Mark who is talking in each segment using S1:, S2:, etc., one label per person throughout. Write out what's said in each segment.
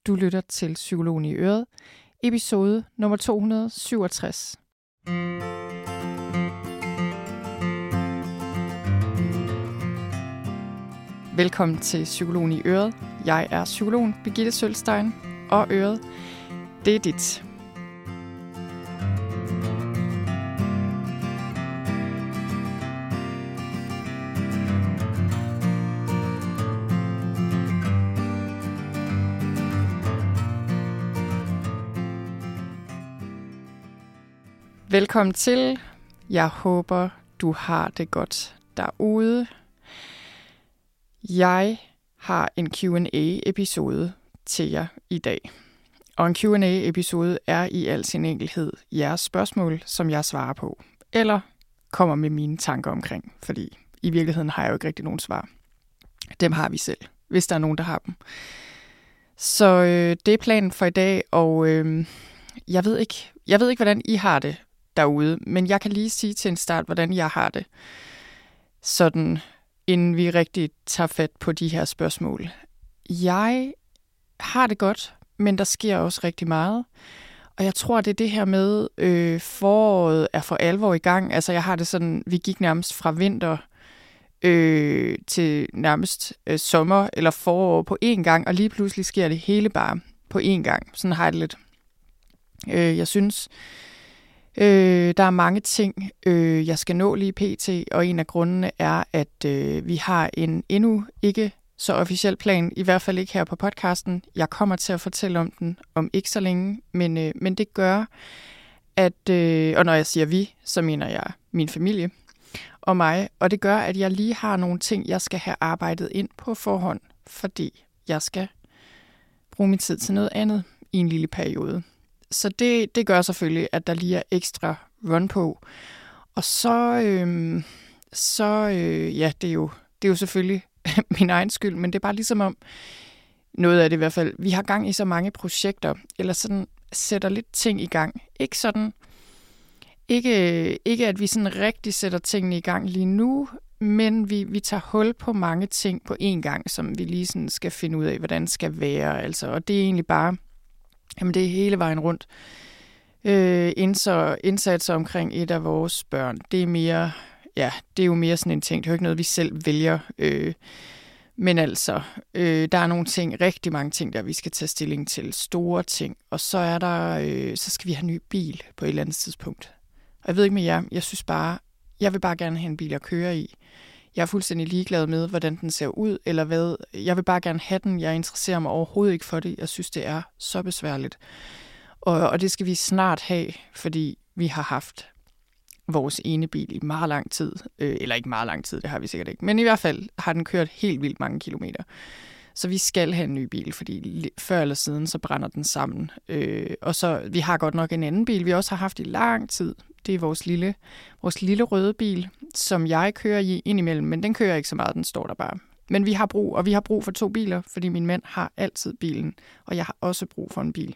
S1: Du lytter til Psykologen i Øret, episode nummer 267. Velkommen til Psykologen i Øret. Jeg er psykologen Birgitte Sølstein, og Øret, det er dit. Velkommen til. Jeg håber, du har det godt derude. Jeg har en Q&A-episode til jer i dag. Og en Q&A-episode er i al sin enkelhed jeres spørgsmål, som jeg svarer på. Eller kommer med mine tanker omkring, fordi i virkeligheden har jeg jo ikke rigtig nogen svar. Dem har vi selv, hvis der er nogen, der har dem. Så det er planen for i dag, og jeg ved ikke, hvordan I har det derude, men jeg kan lige sige til en start, hvordan jeg har det, sådan inden vi rigtig tager fat på de her spørgsmål. Jeg har det godt, men der sker også rigtig meget, og jeg tror, det er det her med, foråret er for alvor i gang. Altså jeg har det sådan, vi gik nærmest fra vinter til nærmest sommer eller forår på én gang, og lige pludselig sker det hele bare på én gang. Sådan har jeg det lidt. Jeg synes, der er mange ting, jeg skal nå lige pt, og en af grundene er, at vi har en endnu ikke så officiel plan, i hvert fald ikke her på podcasten. Jeg kommer til at fortælle om den om ikke så længe, men det gør, at, og når jeg siger vi, så mener jeg min familie og mig, og det gør, at jeg lige har nogle ting, jeg skal have arbejdet ind på forhånd, fordi jeg skal bruge min tid til noget andet i en lille periode. Så det gør selvfølgelig, at der lige er ekstra run på. Og så det er jo selvfølgelig min egen skyld, men det er bare ligesom om, noget af det i hvert fald, vi har gang i så mange projekter, eller sådan sætter lidt ting i gang. Ikke sådan, ikke at vi sådan rigtig sætter tingene i gang lige nu, men vi tager hul på mange ting på én gang, som vi lige sådan skal finde ud af, hvordan det skal være. Altså. Og det er egentlig bare, jamen det er hele vejen rundt. Indsatser omkring et af vores børn, det er mere, det er jo mere sådan en ting. Det er jo ikke noget, vi selv vælger. Men altså, der er nogle ting, rigtig mange ting, der vi skal tage stilling til. Store ting. Og så er der, så skal vi have en ny bil på et eller andet tidspunkt. Og jeg ved ikke med jer, jeg vil bare gerne have en bil at køre i. Jeg er fuldstændig ligeglad med, hvordan den ser ud, eller hvad. Jeg vil bare gerne have den. Jeg interesserer mig overhovedet ikke for det. Jeg synes, det er så besværligt. Og det skal vi snart have, fordi vi har haft vores ene bil i meget lang tid. Eller ikke meget lang tid, det har vi sikkert ikke. Men i hvert fald har den kørt helt vildt mange kilometer. Så vi skal have en ny bil, fordi før eller siden, så brænder den sammen. Og så, vi har godt nok en anden bil, vi også har haft i lang tid. Det er vores lille røde bil, som jeg kører i indimellem, men den kører ikke så meget, den står der bare. Men vi har brug for 2 biler, fordi min mand har altid bilen, og jeg har også brug for en bil.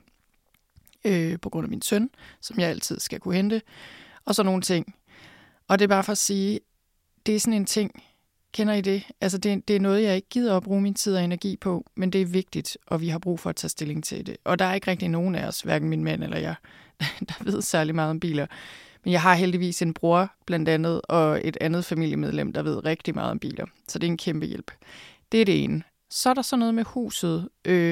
S1: På grund af min søn, som jeg altid skal kunne hente, og så nogle ting. Og det er bare for at sige, det er sådan en ting, kender I det? Altså det er noget, jeg ikke gider at bruge min tid og energi på, men det er vigtigt, og vi har brug for at tage stilling til det. Og der er ikke rigtig nogen af os, hverken min mand eller jeg, der ved særlig meget om biler. Men jeg har heldigvis en bror blandt andet, og et andet familiemedlem, der ved rigtig meget om biler. Så det er en kæmpe hjælp. Det er det ene. Så er der så noget med huset,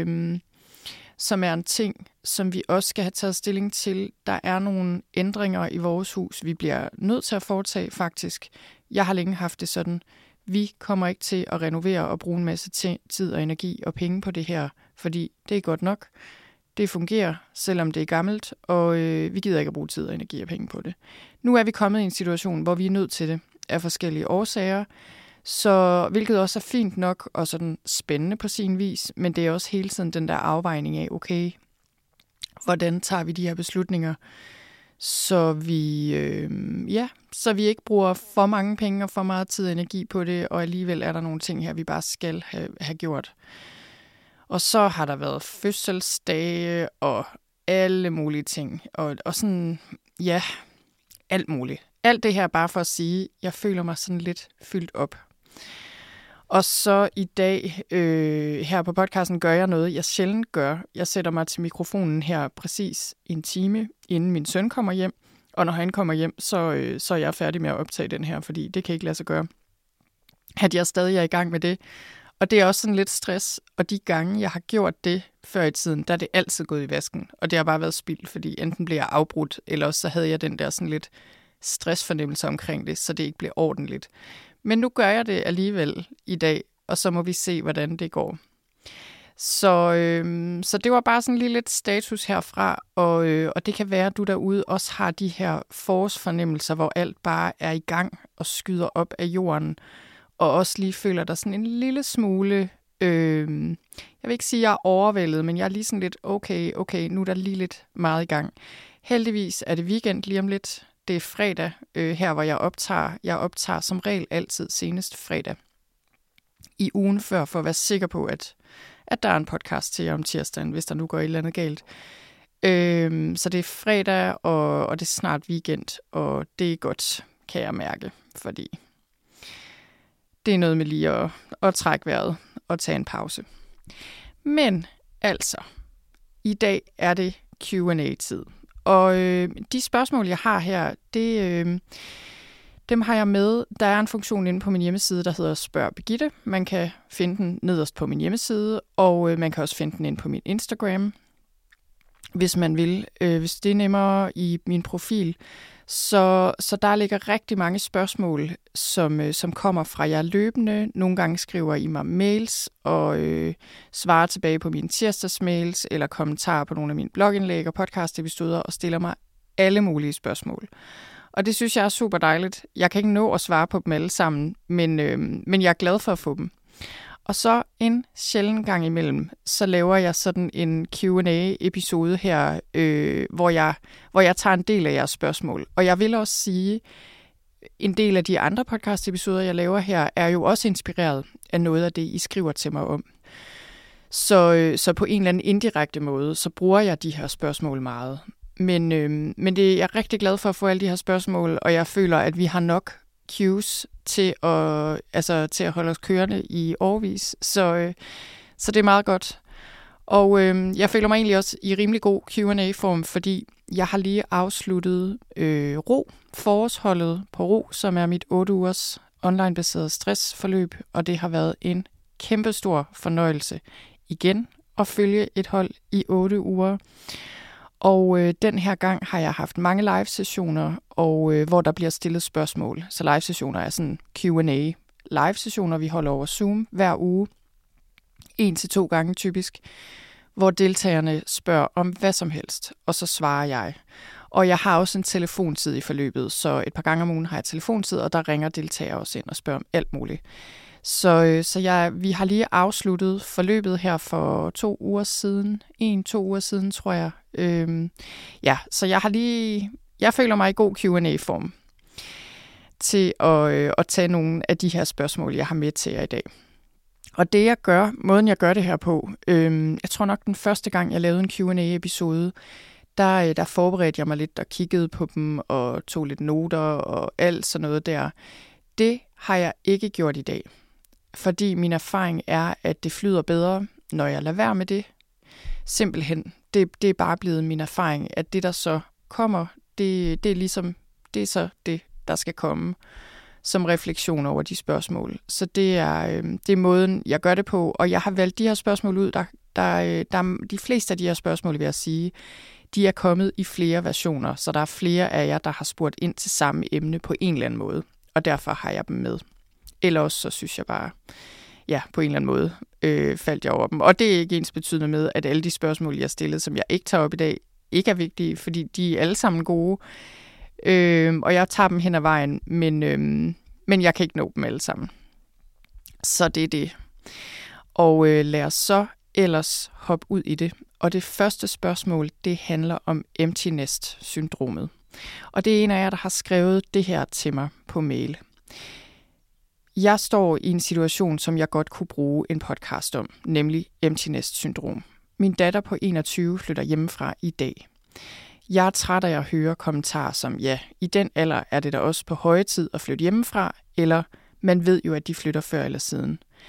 S1: som er en ting, som vi også skal have taget stilling til. Der er nogle ændringer i vores hus, vi bliver nødt til at foretage faktisk. Jeg har længe haft det sådan. Vi kommer ikke til at renovere og bruge en masse tid og energi og penge på det her, fordi det er godt nok. Det fungerer, selvom det er gammelt, og vi gider ikke at bruge tid og energi og penge på det. Nu er vi kommet i en situation, hvor vi er nødt til det af forskellige årsager, så hvilket også er fint nok og sådan spændende på sin vis, men det er også hele tiden den der afvejning af, okay, hvordan tager vi de her beslutninger, så vi ikke bruger for mange penge og for meget tid og energi på det, og alligevel er der nogle ting her, vi bare skal have gjort. Og så har der været fødselsdage og alle mulige ting, og sådan, alt muligt. Alt det her bare for at sige, jeg føler mig sådan lidt fyldt op. Og så i dag her på podcasten gør jeg noget, jeg sjældent gør. Jeg sætter mig til mikrofonen her præcis en time, inden min søn kommer hjem. Og når han kommer hjem, så er jeg færdig med at optage den her, fordi det kan ikke lade sig gøre, at jeg stadig er i gang med det. Og det er også sådan lidt stress, og de gange, jeg har gjort det før i tiden, der er det altid gået i vasken. Og det har bare været spild, fordi enten bliver jeg afbrudt, eller også så havde jeg den der sådan lidt stressfornemmelse omkring det, så det ikke blev ordentligt. Men nu gør jeg det alligevel i dag, og så må vi se, hvordan det går. Så det var bare sådan lige lidt status herfra, og det kan være, at du derude også har de her forårsfornemmelser, hvor alt bare er i gang og skyder op af jorden, og også lige føler dig sådan en lille smule, jeg vil ikke sige, at jeg er overvældet, men jeg er lige sådan lidt, okay, nu er der lige lidt meget i gang. Heldigvis er det weekend lige om lidt. Det er fredag her, hvor jeg optager. Jeg optager som regel altid senest fredag i ugen før, for at være sikker på, at der er en podcast til jer om tirsdagen, hvis der nu går et eller andet galt. Så det er fredag, og det er snart weekend, og det er godt, kan jeg mærke, fordi det er noget med lige at trække vejret og tage en pause. Men altså, i dag er det Q&A-tid. Og de spørgsmål, jeg har her, dem har jeg med. Der er en funktion inde på min hjemmeside, der hedder Spørg Birgitte. Man kan finde den nederst på min hjemmeside, og man kan også finde den inde på min Instagram, hvis man vil. Hvis det er nemmere i min profil. Så der ligger rigtig mange spørgsmål, som kommer fra jer løbende. Nogle gange skriver I mig mails og svarer tilbage på mine tirsdagsmails eller kommentarer på nogle af mine blogindlæg og podcastepisoder og stiller mig alle mulige spørgsmål. Og det synes jeg er super dejligt. Jeg kan ikke nå at svare på dem alle sammen, men jeg er glad for at få dem. Og så en sjælden gang imellem, så laver jeg sådan en Q&A-episode her, hvor jeg tager en del af jeres spørgsmål. Og jeg vil også sige, en del af de andre podcast-episoder, jeg laver her, er jo også inspireret af noget af det, I skriver til mig om. Så på en eller anden indirekte måde, så bruger jeg de her spørgsmål meget. Men jeg er rigtig glad for at få alle de her spørgsmål, og jeg føler, at vi har nok cues til at holde os kørende i årevis. Så det er meget godt. Og jeg føler mig egentlig også i rimelig god Q&A-form, fordi jeg har lige afsluttet forårsholdet på RO, som er mit 8 ugers online-baseret stressforløb, og det har været en kæmpestor fornøjelse igen at følge et hold i 8 uger. Og den her gang har jeg haft mange live-sessioner, og hvor der bliver stillet spørgsmål. Så live-sessioner er sådan Q&A. Live-sessioner, vi holder over Zoom hver uge. 1 til 2 gange typisk. Hvor deltagerne spørger om hvad som helst, og så svarer jeg. Og jeg har også en telefontid i forløbet, så et par gange om ugen har jeg telefontid, og der ringer deltagere også ind og spørger om alt muligt. Så vi har lige afsluttet forløbet her for 2 uger siden. 1-2 uger siden, tror jeg. Så jeg føler mig i god Q&A-form til at tage nogle af de her spørgsmål, jeg har med til jer i dag. Og det jeg gør, måden jeg gør det her på, jeg tror nok den første gang, jeg lavede en Q&A-episode, der forberedte jeg mig lidt og kiggede på dem og tog lidt noter og alt sådan noget der. Det har jeg ikke gjort i dag, fordi min erfaring er, at det flyder bedre, når jeg lader være med det. Simpelthen. Det er bare blevet min erfaring, at det, der så kommer, det er så det, der skal komme som refleksion over de spørgsmål. Så det er måden, jeg gør det på, og jeg har valgt de her spørgsmål ud, de fleste af de her spørgsmål, vil jeg sige, de er kommet i flere versioner, så der er flere af jer, der har spurgt ind til samme emne på en eller anden måde, og derfor har jeg dem med. Ellers så synes jeg bare, på en eller anden måde faldt jeg over dem. Og det er ikke ens betydende med, at alle de spørgsmål, jeg har stillet, som jeg ikke tager op i dag, ikke er vigtige, fordi de er alle sammen gode, og jeg tager dem hen ad vejen, men jeg kan ikke nå dem alle sammen. Så det er det. Og lad os så ellers hoppe ud i det. Og det første spørgsmål, det handler om empty nest-syndromet. Og det er en af jer, der har skrevet det her til mig på mail. Jeg står i en situation, som jeg godt kunne bruge en podcast om, nemlig empty nest-syndrom. Min datter på 21 flytter hjemmefra i dag. Jeg er træt af at høre kommentarer som, i den alder er det da også på høje tid at flytte hjemmefra, eller man ved jo, at de flytter før eller siden.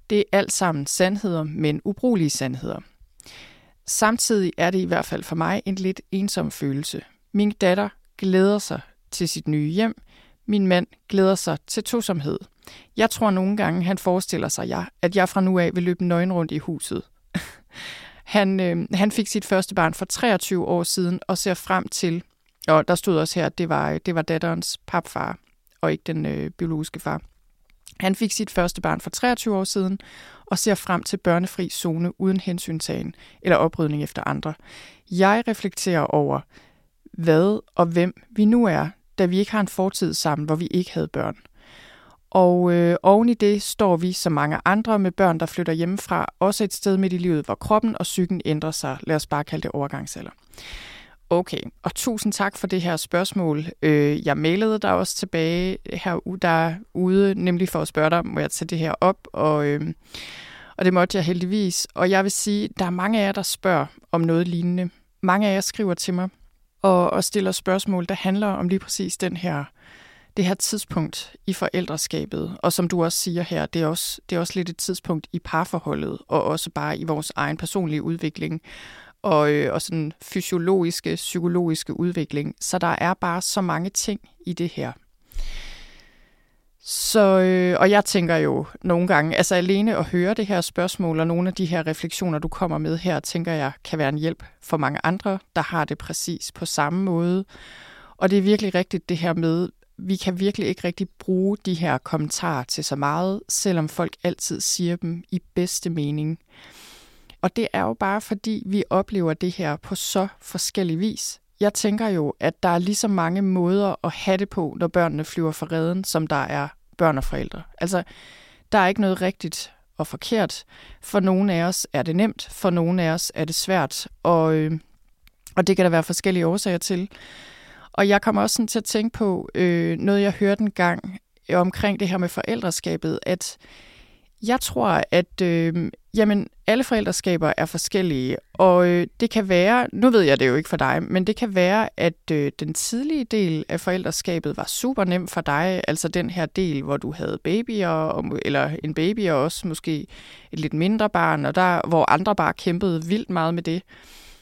S1: Det er alt sammen sandheder, men ubrugelige sandheder. Samtidig er det i hvert fald for mig en lidt ensom følelse. Min datter glæder sig til sit nye hjem. Min mand glæder sig til tosomhed. Jeg tror nogle gange, han forestiller sig, at jeg fra nu af vil løbe nøgen rundt i huset. Han fik sit første barn for 23 år siden og ser frem til, og der stod også her, at det var datterens papfar og ikke den biologiske far. Han fik sit første barn for 23 år siden og ser frem til børnefri zone uden hensyntagen eller oprydning efter andre. Jeg reflekterer over, hvad og hvem vi nu er, da vi ikke har en fortid sammen, hvor vi ikke havde børn. Og oven i det står vi som mange andre med børn, der flytter hjemmefra, også et sted midt i livet, hvor kroppen og psyken ændrer sig. Lad os bare kalde det overgangsalder. Okay, og tusind tak for det her spørgsmål. Jeg mailede dig også tilbage herude, nemlig for at spørge dig, må jeg tage det her op, og det måtte jeg heldigvis. Og jeg vil sige, der er mange af jer, der spørger om noget lignende. Mange af jer skriver til mig og stiller spørgsmål, der handler om lige præcis det her tidspunkt i forældreskabet. Og som du også siger her, det er også lidt et tidspunkt i parforholdet, og også bare i vores egen personlige udvikling, og sådan fysiologiske, psykologiske udvikling. Så der er bare så mange ting i det her. Så, og jeg tænker jo nogle gange, altså alene at høre det her spørgsmål, og nogle af de her refleksioner, du kommer med her, tænker jeg, kan være en hjælp for mange andre, der har det præcis på samme måde. Og det er virkelig rigtigt det her med, vi kan virkelig ikke rigtig bruge de her kommentarer til så meget, selvom folk altid siger dem i bedste mening. Og det er jo bare fordi, vi oplever det her på så forskellig vis. Jeg tænker jo, at der er lige så mange måder at have det på, når børnene flyver fra reden, som der er børn og forældre. Altså, der er ikke noget rigtigt og forkert. For nogle af os er det nemt, for nogle af os er det svært, og det kan der være forskellige årsager til. Og jeg kommer også sådan til at tænke på noget, jeg hørte en gang omkring det her med forældreskabet, at jeg tror, at alle forældreskaber er forskellige, og det kan være, nu ved jeg det jo ikke for dig, men det kan være, at den tidlige del af forældreskabet var super nem for dig, altså den her del, hvor du havde babyer, eller en baby og også måske et lidt mindre barn, og hvor andre bare kæmpede vildt meget med det.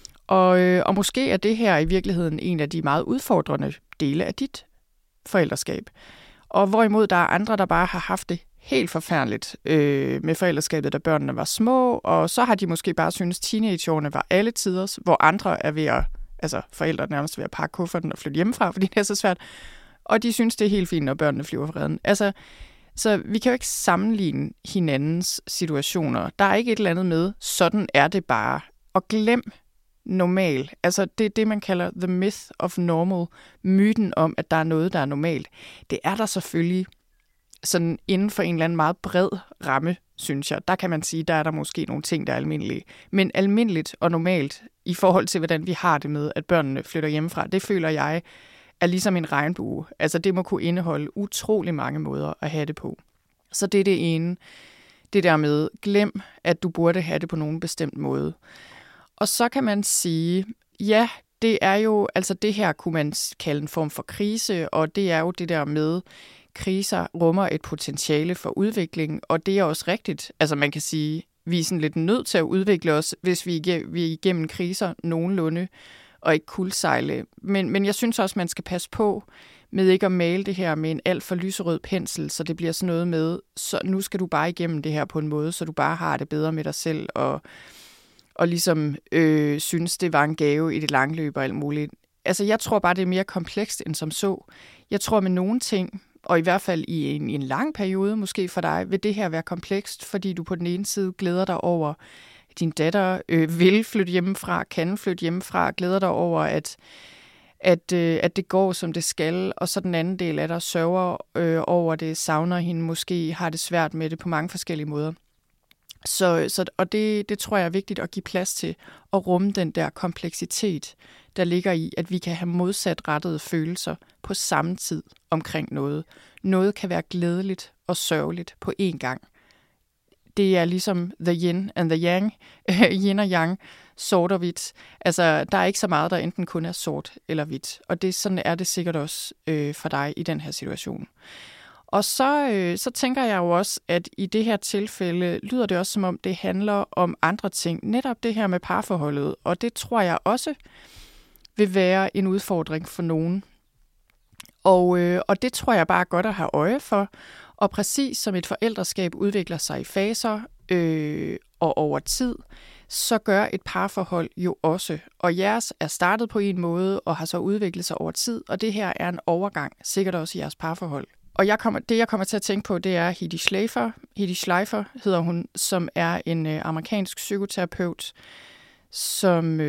S1: Og måske er det her i virkeligheden en af de meget udfordrende dele af dit forældreskab. Og hvorimod der er andre, der bare har haft det helt forfærdeligt med forældreskabet, da børnene var små, og så har de måske bare syntes, teenageårene var alle tiders, hvor andre er ved at, altså forældre nærmest ved at pakke kufferten og flytte hjemmefra, fordi det er så svært, og de synes, det er helt fint, når børnene flyver fra reden. Altså, så vi kan jo ikke sammenligne hinandens situationer. Der er ikke et eller andet med, sådan er det bare. Og glem normal. Altså det er det, man kalder the myth of normal. Myten om, at der er noget, der er normalt. Det er der selvfølgelig sådan inden for en eller anden meget bred ramme, synes jeg. Der kan man sige, der er der måske nogle ting, der er almindelige. Men almindeligt og normalt i forhold til, hvordan vi har det med, at børnene flytter hjemmefra, det føler jeg er ligesom en regnbue. Altså det må kunne indeholde utrolig mange måder at have det på. Så det er det ene. Det der med, glem, at du burde have det på nogen bestemt måde. Og så kan man sige, ja, det er jo, altså det her kunne man kalde en form for krise, og det er jo det der med, kriser rummer et potentiale for udvikling, og det er også rigtigt. Altså man kan sige, vi er sådan lidt nødt til at udvikle os, hvis vi er igennem kriser nogenlunde, og ikke kuldsejle. Men jeg synes også, man skal passe på med ikke at male det her med en alt for lyserød pensel, så det bliver sådan noget med, så nu skal du bare igennem det her på en måde, så du bare har det bedre med dig selv, og ligesom synes, det var en gave i det lange løb og alt muligt. Altså, jeg tror bare, det er mere komplekst end som så. Jeg tror med nogle ting, og i hvert fald i en lang periode måske for dig, vil det her være komplekst, fordi du på den ene side glæder dig over, at din datter vil flytte hjemmefra, kan flytte hjemmefra, glæder dig over, at det går, som det skal, og så den anden del af dig sørger over det, savner hende, måske har det svært med det på mange forskellige måder. Og det tror jeg er vigtigt at give plads til, at rumme den der kompleksitet, der ligger i, at vi kan have modsatrettede følelser på samme tid omkring noget. Noget kan være glædeligt og sørgeligt på én gang. Det er ligesom the yin and the yang, yin og yang, sort og hvidt. Altså, der er ikke så meget, der enten kun er sort eller hvidt. Og sådan er det sikkert også for dig i den her situation. Og så tænker jeg jo også, at i det her tilfælde lyder det også, som om det handler om andre ting. Netop det her med parforholdet, og det tror jeg også vil være en udfordring for nogen. Og det tror jeg bare er godt at have øje for. Og præcis som et forældreskab udvikler sig i faser og over tid, så gør et parforhold jo også. Og jeres er startet på en måde og har så udviklet sig over tid, og det her er en overgang, sikkert også i jeres parforhold. Og jeg kommer til at tænke på, det er Hedi Schleifer hedder hun, som er en amerikansk psykoterapeut, som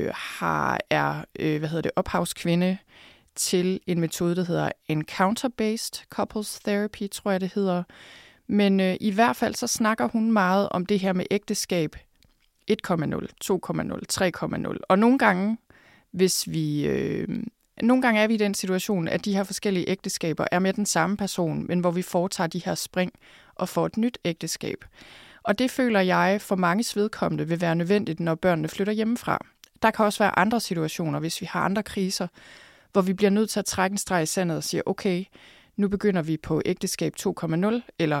S1: er ophavskvinde til en metode, der hedder Encounter-Based Couples Therapy, tror jeg det hedder. Men i hvert fald så snakker hun meget om det her med ægteskab 1,0, 2,0, 3,0. Og nogle gange er vi i den situation, at de her forskellige ægteskaber er med den samme person, men hvor vi foretager de her spring og får et nyt ægteskab. Og det føler jeg for manges vedkommende vil være nødvendigt, når børnene flytter hjemmefra. Der kan også være andre situationer, hvis vi har andre kriser, hvor vi bliver nødt til at trække en streg i sandet og sige, okay, nu begynder vi på ægteskab 2,0 eller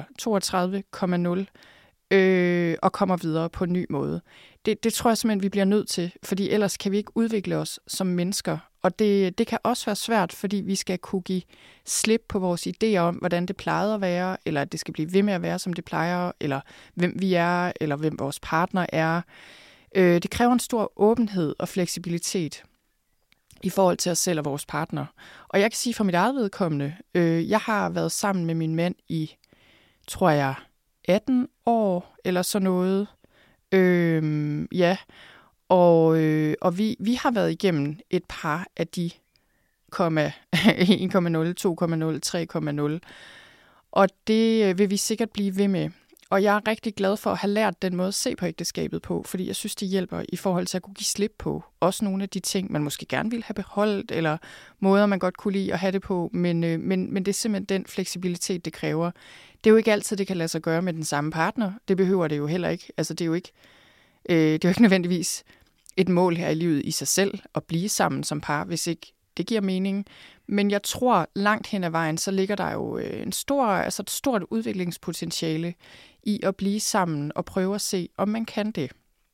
S1: 32,0 og kommer videre på en ny måde. Det tror jeg simpelthen, vi bliver nødt til, fordi ellers kan vi ikke udvikle os som mennesker. Og det kan også være svært, fordi vi skal kunne give slip på vores idéer om, hvordan det plejede at være, eller at det skal blive ved med at være, som det plejer, eller hvem vi er, eller hvem vores partner er. Det kræver en stor åbenhed og fleksibilitet i forhold til os selv og vores partner. Og jeg kan sige for mit eget vedkommende, jeg har været sammen med min mand i, tror jeg, 18 år eller sådan noget. Og vi har været igennem et par af de 1,0, 2,0, 3,0. Og det vil vi sikkert blive ved med. Og jeg er rigtig glad for at have lært den måde at se på ægteskabet på, fordi jeg synes, det hjælper i forhold til at kunne give slip på. Også nogle af de ting, man måske gerne ville have beholdt, eller måder, man godt kunne lide at have det på. Men det er simpelthen den fleksibilitet, det kræver. Det er jo ikke altid, det kan lade sig gøre med den samme partner. Det behøver det jo heller ikke. Altså, det er jo ikke nødvendigvis et mål her i livet i sig selv at blive sammen som par, hvis ikke det giver mening. Men jeg tror, langt hen ad vejen, så ligger der jo et stort udviklingspotentiale i at blive sammen og prøve at se, om man kan det.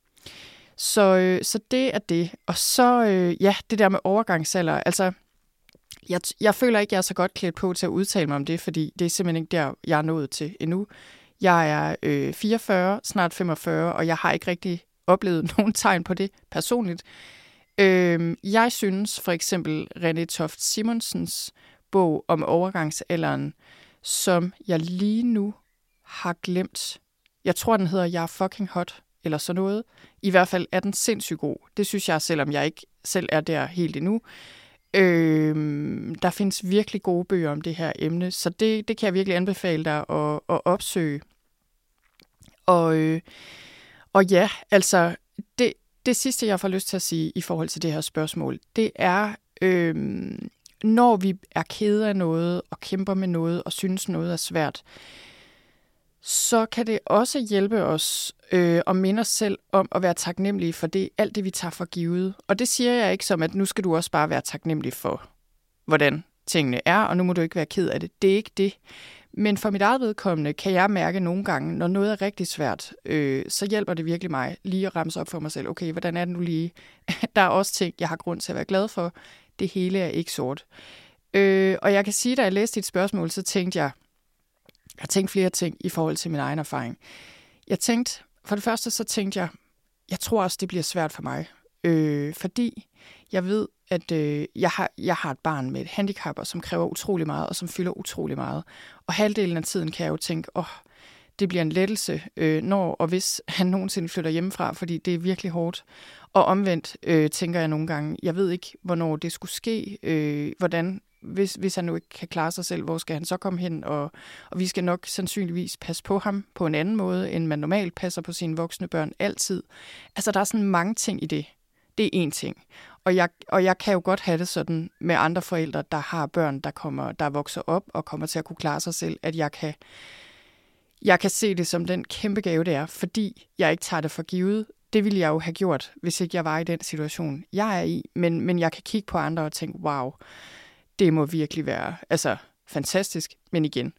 S1: Så det er det. Og så, det der med overgangsalder. Altså, jeg føler ikke, jeg er så godt klædt på til at udtale mig om det, fordi det er simpelthen ikke der, jeg er nået til endnu. Jeg er 44, snart 45, og jeg har ikke rigtig oplevet nogen tegn på det personligt. Jeg synes for eksempel René Toft Simonsens bog om overgangsalderen, som jeg lige nu har glemt. Jeg tror, den hedder Jeg er fucking hot, eller sådan noget. I hvert fald er den sindssygt god. Det synes jeg, selvom jeg ikke selv er der helt endnu. Der findes virkelig gode bøger om det her emne, så det kan jeg virkelig anbefale dig at opsøge. Og ja, altså det sidste, jeg får lyst til at sige i forhold til det her spørgsmål, det er, når vi er kede af noget og kæmper med noget og synes noget er svært, så kan det også hjælpe os at minde os selv om at være taknemmelige for alt det, vi tager for givet. Og det siger jeg ikke som, at nu skal du også bare være taknemmelig for, hvordan tingene er, og nu må du ikke være ked af det. Det er ikke det. Men for mit eget vedkommende kan jeg mærke nogle gange, når noget er rigtig svært, så hjælper det virkelig mig lige at ramse op for mig selv. Okay, hvordan er det nu lige? Der er også ting, jeg har grund til at være glad for. Det hele er ikke sort. Og jeg kan sige, da jeg læste dit spørgsmål, så tænkte jeg tænkte flere ting i forhold til min egen erfaring. For det første så tænkte jeg tror også, det bliver svært for mig. Fordi jeg ved, at jeg har et barn med et handicap, som kræver utrolig meget, og som fylder utrolig meget. Og halvdelen af tiden kan jeg jo tænke, det bliver en lettelse, når og hvis han nogensinde flytter hjemmefra, fordi det er virkelig hårdt. Og omvendt tænker jeg nogle gange, jeg ved ikke, hvornår det skulle ske, hvordan, hvis han nu ikke kan klare sig selv, hvor skal han så komme hen? Og vi skal nok sandsynligvis passe på ham på en anden måde, end man normalt passer på sine voksne børn altid. Altså, der er sådan mange ting i det. Det er én ting. Og jeg kan jo godt have det sådan med andre forældre, der har børn, der vokser op og kommer til at kunne klare sig selv, at jeg kan se det som den kæmpe gave, det er, fordi jeg ikke tager det for givet. Det ville jeg jo have gjort, hvis ikke jeg var i den situation, jeg er i. Men jeg kan kigge på andre og tænke, wow, det må virkelig være fantastisk. Men igen,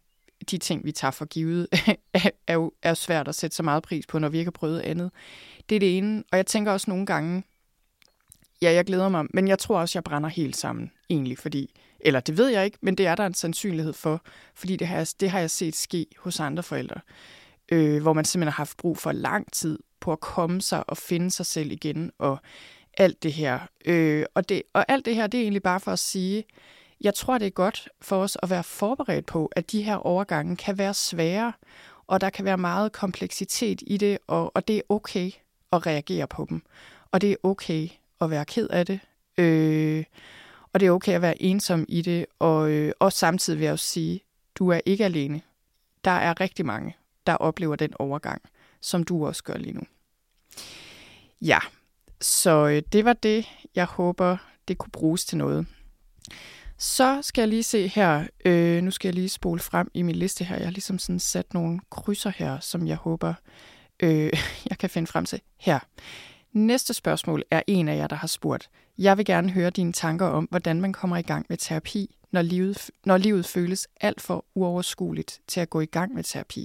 S1: de ting, vi tager for givet, er svært at sætte så meget pris på, når vi ikke har prøvet andet. Det er det ene. Og jeg tænker også nogle gange, ja, jeg glæder mig, men jeg tror også, jeg brænder helt sammen, egentlig, fordi, eller det ved jeg ikke, men det er der en sandsynlighed for, fordi det har jeg set ske hos andre forældre, hvor man simpelthen har haft brug for lang tid på at komme sig og finde sig selv igen, og alt det her. Og alt det her, det er egentlig bare for at sige, jeg tror, det er godt for os at være forberedt på, at de her overgange kan være svære, og der kan være meget kompleksitet i det, og det er okay at reagere på dem. Og det er okay at være ked af det. Og det er okay at være ensom i det. Og samtidig vil jeg også sige, du er ikke alene. Der er rigtig mange, der oplever den overgang, som du også gør lige nu. Ja, så det var det. Jeg håber, det kunne bruges til noget. Så skal jeg lige se her. Nu skal jeg lige spole frem i min liste her. Jeg har ligesom sådan sat nogle krydser her, som jeg håber, jeg kan finde frem til. Her. Næste spørgsmål er en af jer, der har spurgt. Jeg vil gerne høre dine tanker om, hvordan man kommer i gang med terapi, når livet føles alt for uoverskueligt til at gå i gang med terapi.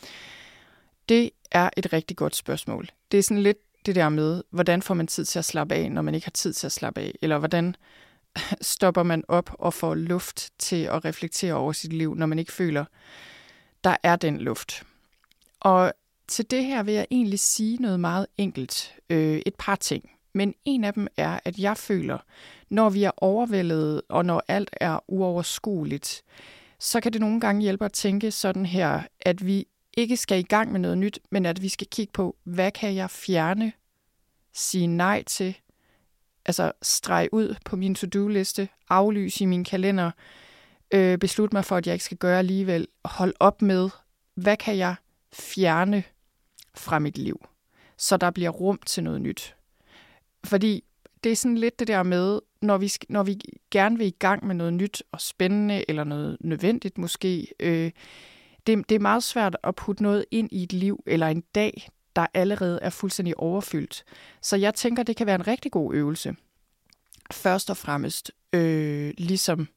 S1: Det er et rigtig godt spørgsmål. Det er sådan lidt det der med, hvordan får man tid til at slappe af, når man ikke har tid til at slappe af? Eller hvordan stopper man op og får luft til at reflektere over sit liv, når man ikke føler, der er den luft? Og til det her vil jeg egentlig sige noget meget enkelt. Et par ting. Men en af dem er, at jeg føler, når vi er overvældet, og når alt er uoverskueligt, så kan det nogle gange hjælpe at tænke sådan her, at vi ikke skal i gang med noget nyt, men at vi skal kigge på, hvad kan jeg fjerne, sige nej til, altså strege ud på min to-do-liste, aflyse i min kalender, beslutte mig for, at jeg ikke skal gøre alligevel, hold op med, hvad kan jeg fjerne fra mit liv, så der bliver rum til noget nyt. Fordi det er sådan lidt det der med, når vi gerne vil i gang med noget nyt og spændende, eller noget nødvendigt måske, det er meget svært at putte noget ind i et liv, eller en dag, der allerede er fuldstændig overfyldt. Så jeg tænker, det kan være en rigtig god øvelse. Først og fremmest ligesom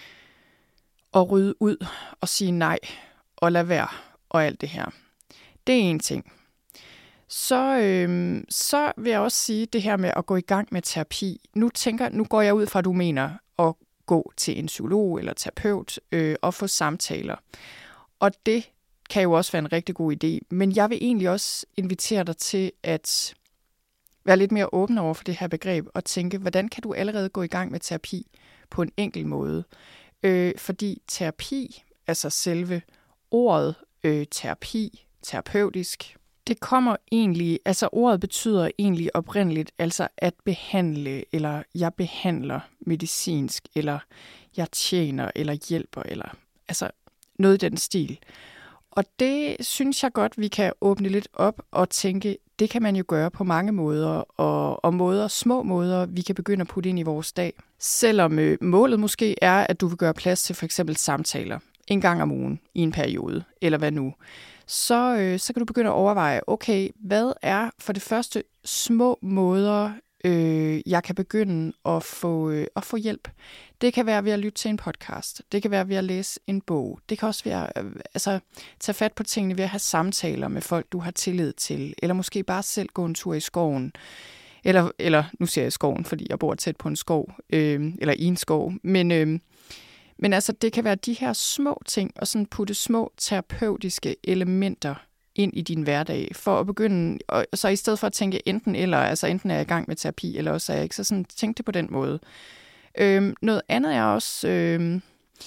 S1: at rydde ud og sige nej og lade være og alt det her. Det er en ting. Så vil jeg også sige det her med at gå i gang med terapi. Nu går jeg ud fra, at du mener at gå til en psykolog eller terapeut og få samtaler. Og det kan jo også være en rigtig god idé. Men jeg vil egentlig også invitere dig til at være lidt mere åben over for det her begreb og tænke, hvordan kan du allerede gå i gang med terapi på en enkel måde? Fordi terapi, altså selve ordet terapi, terapeutisk, det kommer egentlig, altså ordet betyder egentlig oprindeligt, altså at behandle, eller jeg behandler medicinsk, eller jeg tjener, eller hjælper, eller altså noget i den stil. Og det synes jeg godt, vi kan åbne lidt op og tænke, det kan man jo gøre på mange måder, og små måder, vi kan begynde at putte ind i vores dag. Selvom målet måske er, at du vil gøre plads til for eksempel samtaler en gang om ugen i en periode, eller hvad nu, så kan du begynde at overveje, okay, hvad er for det første små måder, jeg kan begynde at få hjælp. Det kan være ved at lytte til en podcast. Det kan være ved at læse en bog. Det kan også være tage fat på tingene ved at have samtaler med folk, du har tillid til. Eller måske bare selv gå en tur i skoven. Eller nu siger jeg skoven, fordi jeg bor tæt på en skov. Eller i en skov. Men altså, det kan være de her små ting, og sådan putte små terapeutiske elementer ind i din hverdag, for at begynde, og så i stedet for at tænke enten eller, altså enten er jeg i gang med terapi, eller også er jeg ikke, så sådan tænk det på den måde. Noget andet er også,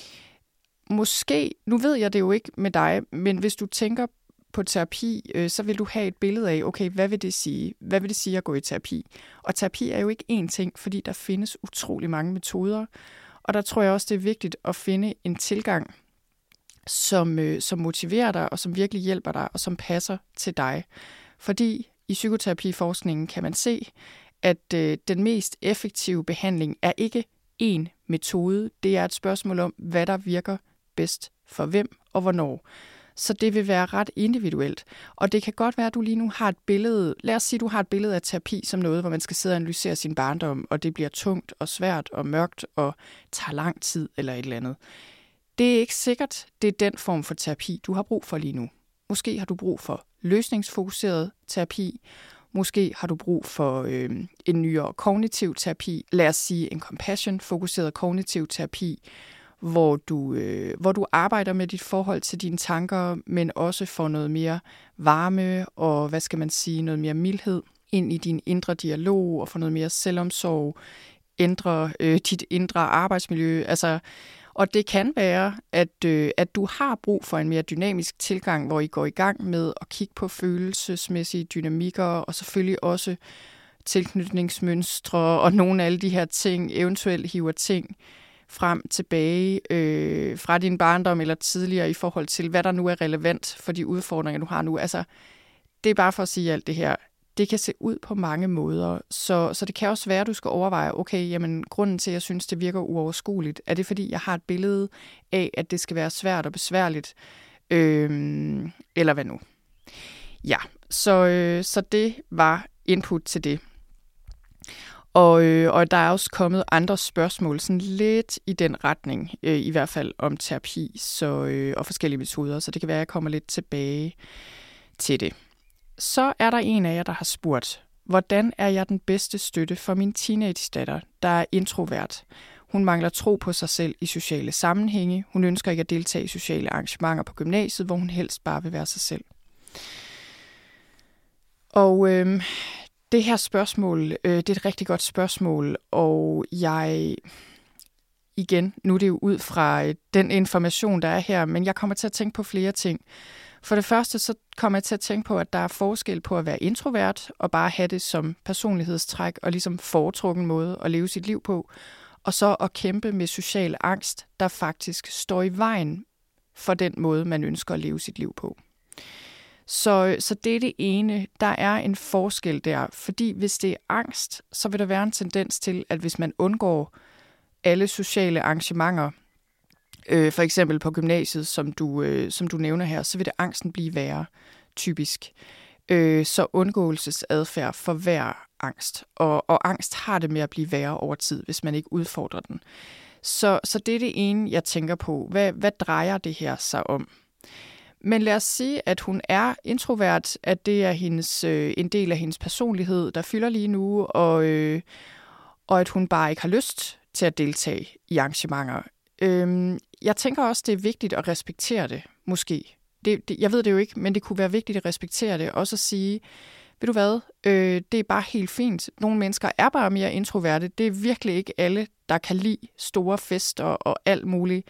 S1: måske, nu ved jeg det jo ikke med dig, men hvis du tænker på terapi, så vil du have et billede af, okay, hvad vil det sige? Hvad vil det sige at gå i terapi? Og terapi er jo ikke én ting, fordi der findes utrolig mange metoder, og der tror jeg også, det er vigtigt at finde en tilgang, som motiverer dig, og som virkelig hjælper dig, og som passer til dig. Fordi i psykoterapiforskningen kan man se, at den mest effektive behandling er ikke én metode. Det er et spørgsmål om, hvad der virker bedst for hvem og hvornår. Så det vil være ret individuelt. Og det kan godt være, at du lige nu har et billede. Lad os sige, at du har et billede af terapi som noget, hvor man skal sidde og analysere sin barndom, og det bliver tungt og svært og mørkt og tager lang tid eller et eller andet. Det er ikke sikkert, det er den form for terapi, du har brug for lige nu. Måske har du brug for løsningsfokuseret terapi. Måske har du brug for en nyere kognitiv terapi. Lad os sige en compassion-fokuseret kognitiv terapi, hvor du arbejder med dit forhold til dine tanker, men også får noget mere varme og, noget mere mildhed ind i din indre dialog og får noget mere selvomsorg, ændre dit indre arbejdsmiljø. Og det kan være, at du har brug for en mere dynamisk tilgang, hvor I går i gang med at kigge på følelsesmæssige dynamikker, og selvfølgelig også tilknytningsmønstre og nogle af alle de her ting, eventuelt hiver ting frem tilbage fra din barndom eller tidligere i forhold til, hvad der nu er relevant for de udfordringer, du har nu. Det er bare for at sige alt det her. Det kan se ud på mange måder, så det kan også være, at du skal overveje, okay, jamen grunden til, at jeg synes, det virker uoverskueligt, er det fordi, jeg har et billede af, at det skal være svært og besværligt, eller hvad nu? Ja, så det var input til det. Og der er også kommet andre spørgsmål, sådan lidt i den retning, i hvert fald om terapi og forskellige metoder, så det kan være, at jeg kommer lidt tilbage til det. Så er der en af jer, der har spurgt, hvordan er jeg den bedste støtte for min teenage-datter, der er introvert? Hun mangler tro på sig selv i sociale sammenhænge. Hun ønsker ikke at deltage i sociale arrangementer på gymnasiet, hvor hun helst bare vil være sig selv. Og det her spørgsmål, det er et rigtig godt spørgsmål, og nu er det jo ud fra den information, der er her, men jeg kommer til at tænke på flere ting. For det første, så kommer jeg til at tænke på, at der er forskel på at være introvert og bare have det som personlighedstræk og ligesom foretrukken måde at leve sit liv på, og så at kæmpe med social angst, der faktisk står i vejen for den måde, man ønsker at leve sit liv på. Så det er det ene. Der er en forskel der, fordi hvis det er angst, så vil der være en tendens til, at hvis man undgår alle sociale arrangementer, for eksempel på gymnasiet, som du nævner her, så vil det angsten blive værre, typisk. Så undgåelsesadfærd forværrer angst, og angst har det med at blive værre over tid, hvis man ikke udfordrer den. Så det er det ene, jeg tænker på. Hvad drejer det her sig om? Men lad os sige, at hun er introvert, at det er en del af hendes personlighed, der fylder lige nu, og at hun bare ikke har lyst til at deltage i arrangementer. Jeg tænker også, det er vigtigt at respektere det, måske. Jeg ved det jo ikke, men det kunne være vigtigt at respektere det. Også at sige, ved du hvad, det er bare helt fint. Nogle mennesker er bare mere introverte. Det er virkelig ikke alle, der kan lide store fester og alt muligt.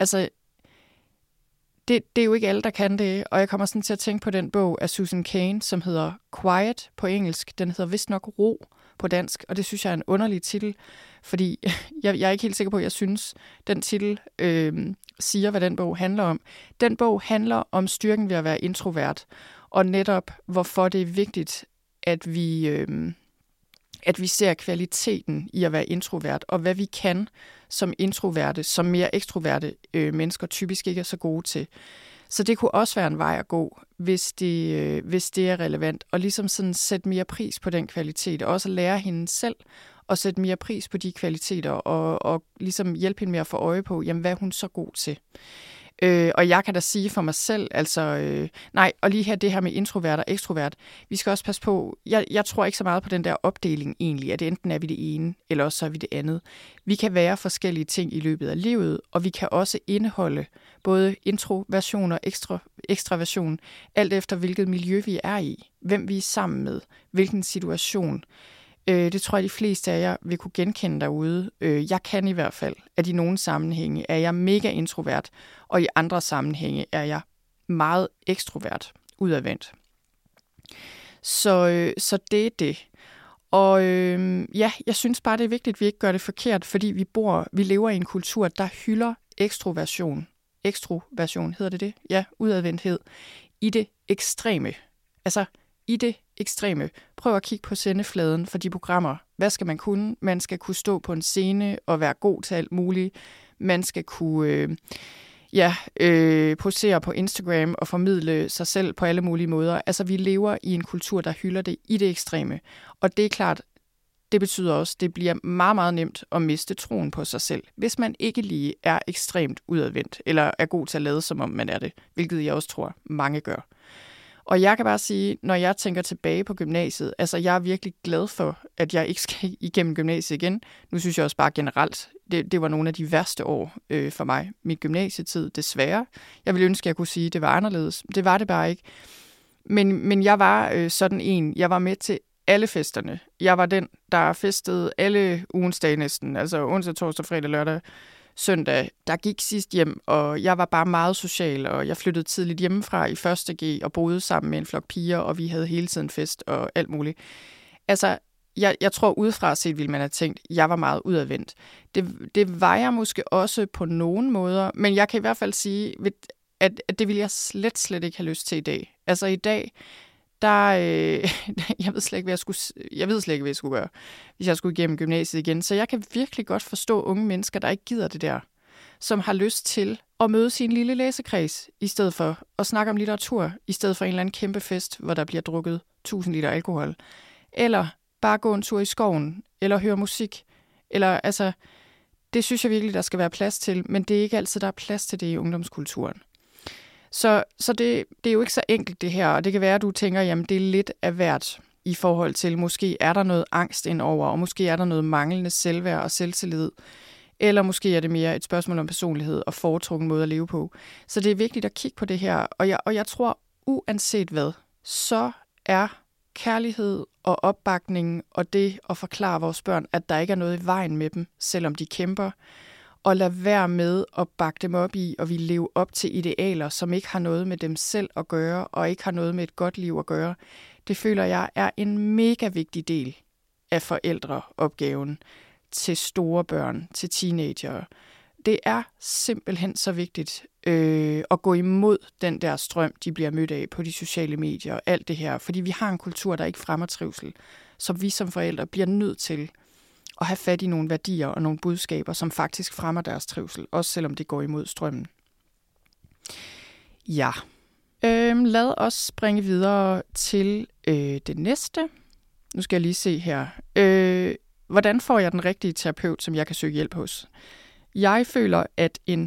S1: Det er jo ikke alle, der kan det, og jeg kommer sådan til at tænke på den bog af Susan Cain, som hedder Quiet på engelsk. Den hedder vist nok Ro på dansk, og det synes jeg er en underlig titel, fordi jeg er ikke helt sikker på, at jeg synes, den titel siger, hvad den bog handler om. Den bog handler om styrken ved at være introvert, og netop hvorfor det er vigtigt, at vi ser kvaliteten i at være introvert, og hvad vi kan som introverte, som mere ekstroverte mennesker typisk ikke er så gode til. Så det kunne også være en vej at gå, hvis det er relevant, og ligesom sådan sætte mere pris på den kvalitet, og også lære hende selv at sætte mere pris på de kvaliteter, og ligesom hjælpe hende med at få øje på, jamen, hvad er hun så god til. Og jeg kan da sige for mig selv, og lige her det her med introvert og ekstrovert, vi skal også passe på, jeg tror ikke så meget på den der opdeling egentlig, at enten er vi det ene, eller også så er vi det andet. Vi kan være forskellige ting i løbet af livet, og vi kan også indeholde både introversion og ekstraversion, alt efter hvilket miljø vi er i, hvem vi er sammen med, hvilken situation. Det tror jeg, de fleste af jer vil kunne genkende derude. Jeg kan i hvert fald, at i nogle sammenhænge er jeg mega introvert, og i andre sammenhænge er jeg meget ekstrovert, udadvendt. Så det er det. Og jeg synes bare, det er vigtigt, at vi ikke gør det forkert, fordi vi lever i en kultur, der hylder ekstroversion. Ekstroversion, hedder det? Ja, udadvendthed. I det ekstreme. I det ekstreme. Prøv at kigge på sendefladen for de programmer. Hvad skal man kunne? Man skal kunne stå på en scene og være god til alt muligt. Man skal kunne posere på Instagram og formidle sig selv på alle mulige måder. Vi lever i en kultur, der hylder det i det ekstreme. Og det er klart, det betyder også, at det bliver meget, meget nemt at miste troen på sig selv, hvis man ikke lige er ekstremt udadvendt, eller er god til at lade, som om man er det, hvilket jeg også tror, mange gør. Og jeg kan bare sige, når jeg tænker tilbage på gymnasiet, altså jeg er virkelig glad for, at jeg ikke skal igennem gymnasiet igen. Nu synes jeg også bare generelt, det var nogle af de værste år for mig, mit gymnasietid, desværre. Jeg ville ønske, at jeg kunne sige, at det var anderledes. Det var det bare ikke. Men jeg var sådan en, jeg var med til alle festerne. Jeg var den, der festede alle ugens dage næsten, altså onsdag, torsdag, fredag, lørdag, søndag, der gik sidst hjem, og jeg var bare meget social, og jeg flyttede tidligt hjemmefra i 1. G og boede sammen med en flok piger, og vi havde hele tiden fest og alt muligt. Altså, jeg tror udefra set ville man have tænkt, jeg var meget udadvendt. Det var jeg måske også på nogen måder, men jeg kan i hvert fald sige, at det ville jeg slet ikke have lyst til i dag. Altså i dag, jeg ved slet ikke, hvad jeg skulle gøre, hvis jeg skulle igennem gymnasiet igen. Så jeg kan virkelig godt forstå unge mennesker, der ikke gider det der, som har lyst til at møde sin lille læsekreds, i stedet for at snakke om litteratur, i stedet for en eller anden kæmpe fest, hvor der bliver drukket 1000 liter alkohol. Eller bare gå en tur i skoven, eller høre musik. Eller altså, det synes jeg virkelig, der skal være plads til, men det er ikke altid, der er plads til det i ungdomskulturen. Så det er jo ikke så enkelt det her, og det kan være, at du tænker, jamen det er lidt af hvert i forhold til, måske er der noget angst indover, og måske er der noget manglende selvværd og selvtillid, eller måske er det mere et spørgsmål om personlighed og foretrukken måde at leve på. Så det er vigtigt at kigge på det her, og jeg tror, uanset hvad, så er kærlighed og opbakning og det at forklare vores børn, at der ikke er noget i vejen med dem, selvom de kæmper, og lade være med at bakke dem op i, og vi lever op til idealer, som ikke har noget med dem selv at gøre, og ikke har noget med et godt liv at gøre. Det føler jeg er en mega vigtig del af forældreopgaven til store børn, til teenagere. Det er simpelthen så vigtigt at gå imod den der strøm, de bliver mødt af på de sociale medier og alt det her, fordi vi har en kultur, der ikke fremmer trivsel, som vi som forældre bliver nødt til at have fat i nogle værdier og nogle budskaber, som faktisk fremmer deres trivsel, også selvom det går imod strømmen. Ja. Lad os springe videre til det næste. Nu skal jeg lige se her. Hvordan får jeg den rigtige terapeut, som jeg kan søge hjælp hos? Jeg føler, at en,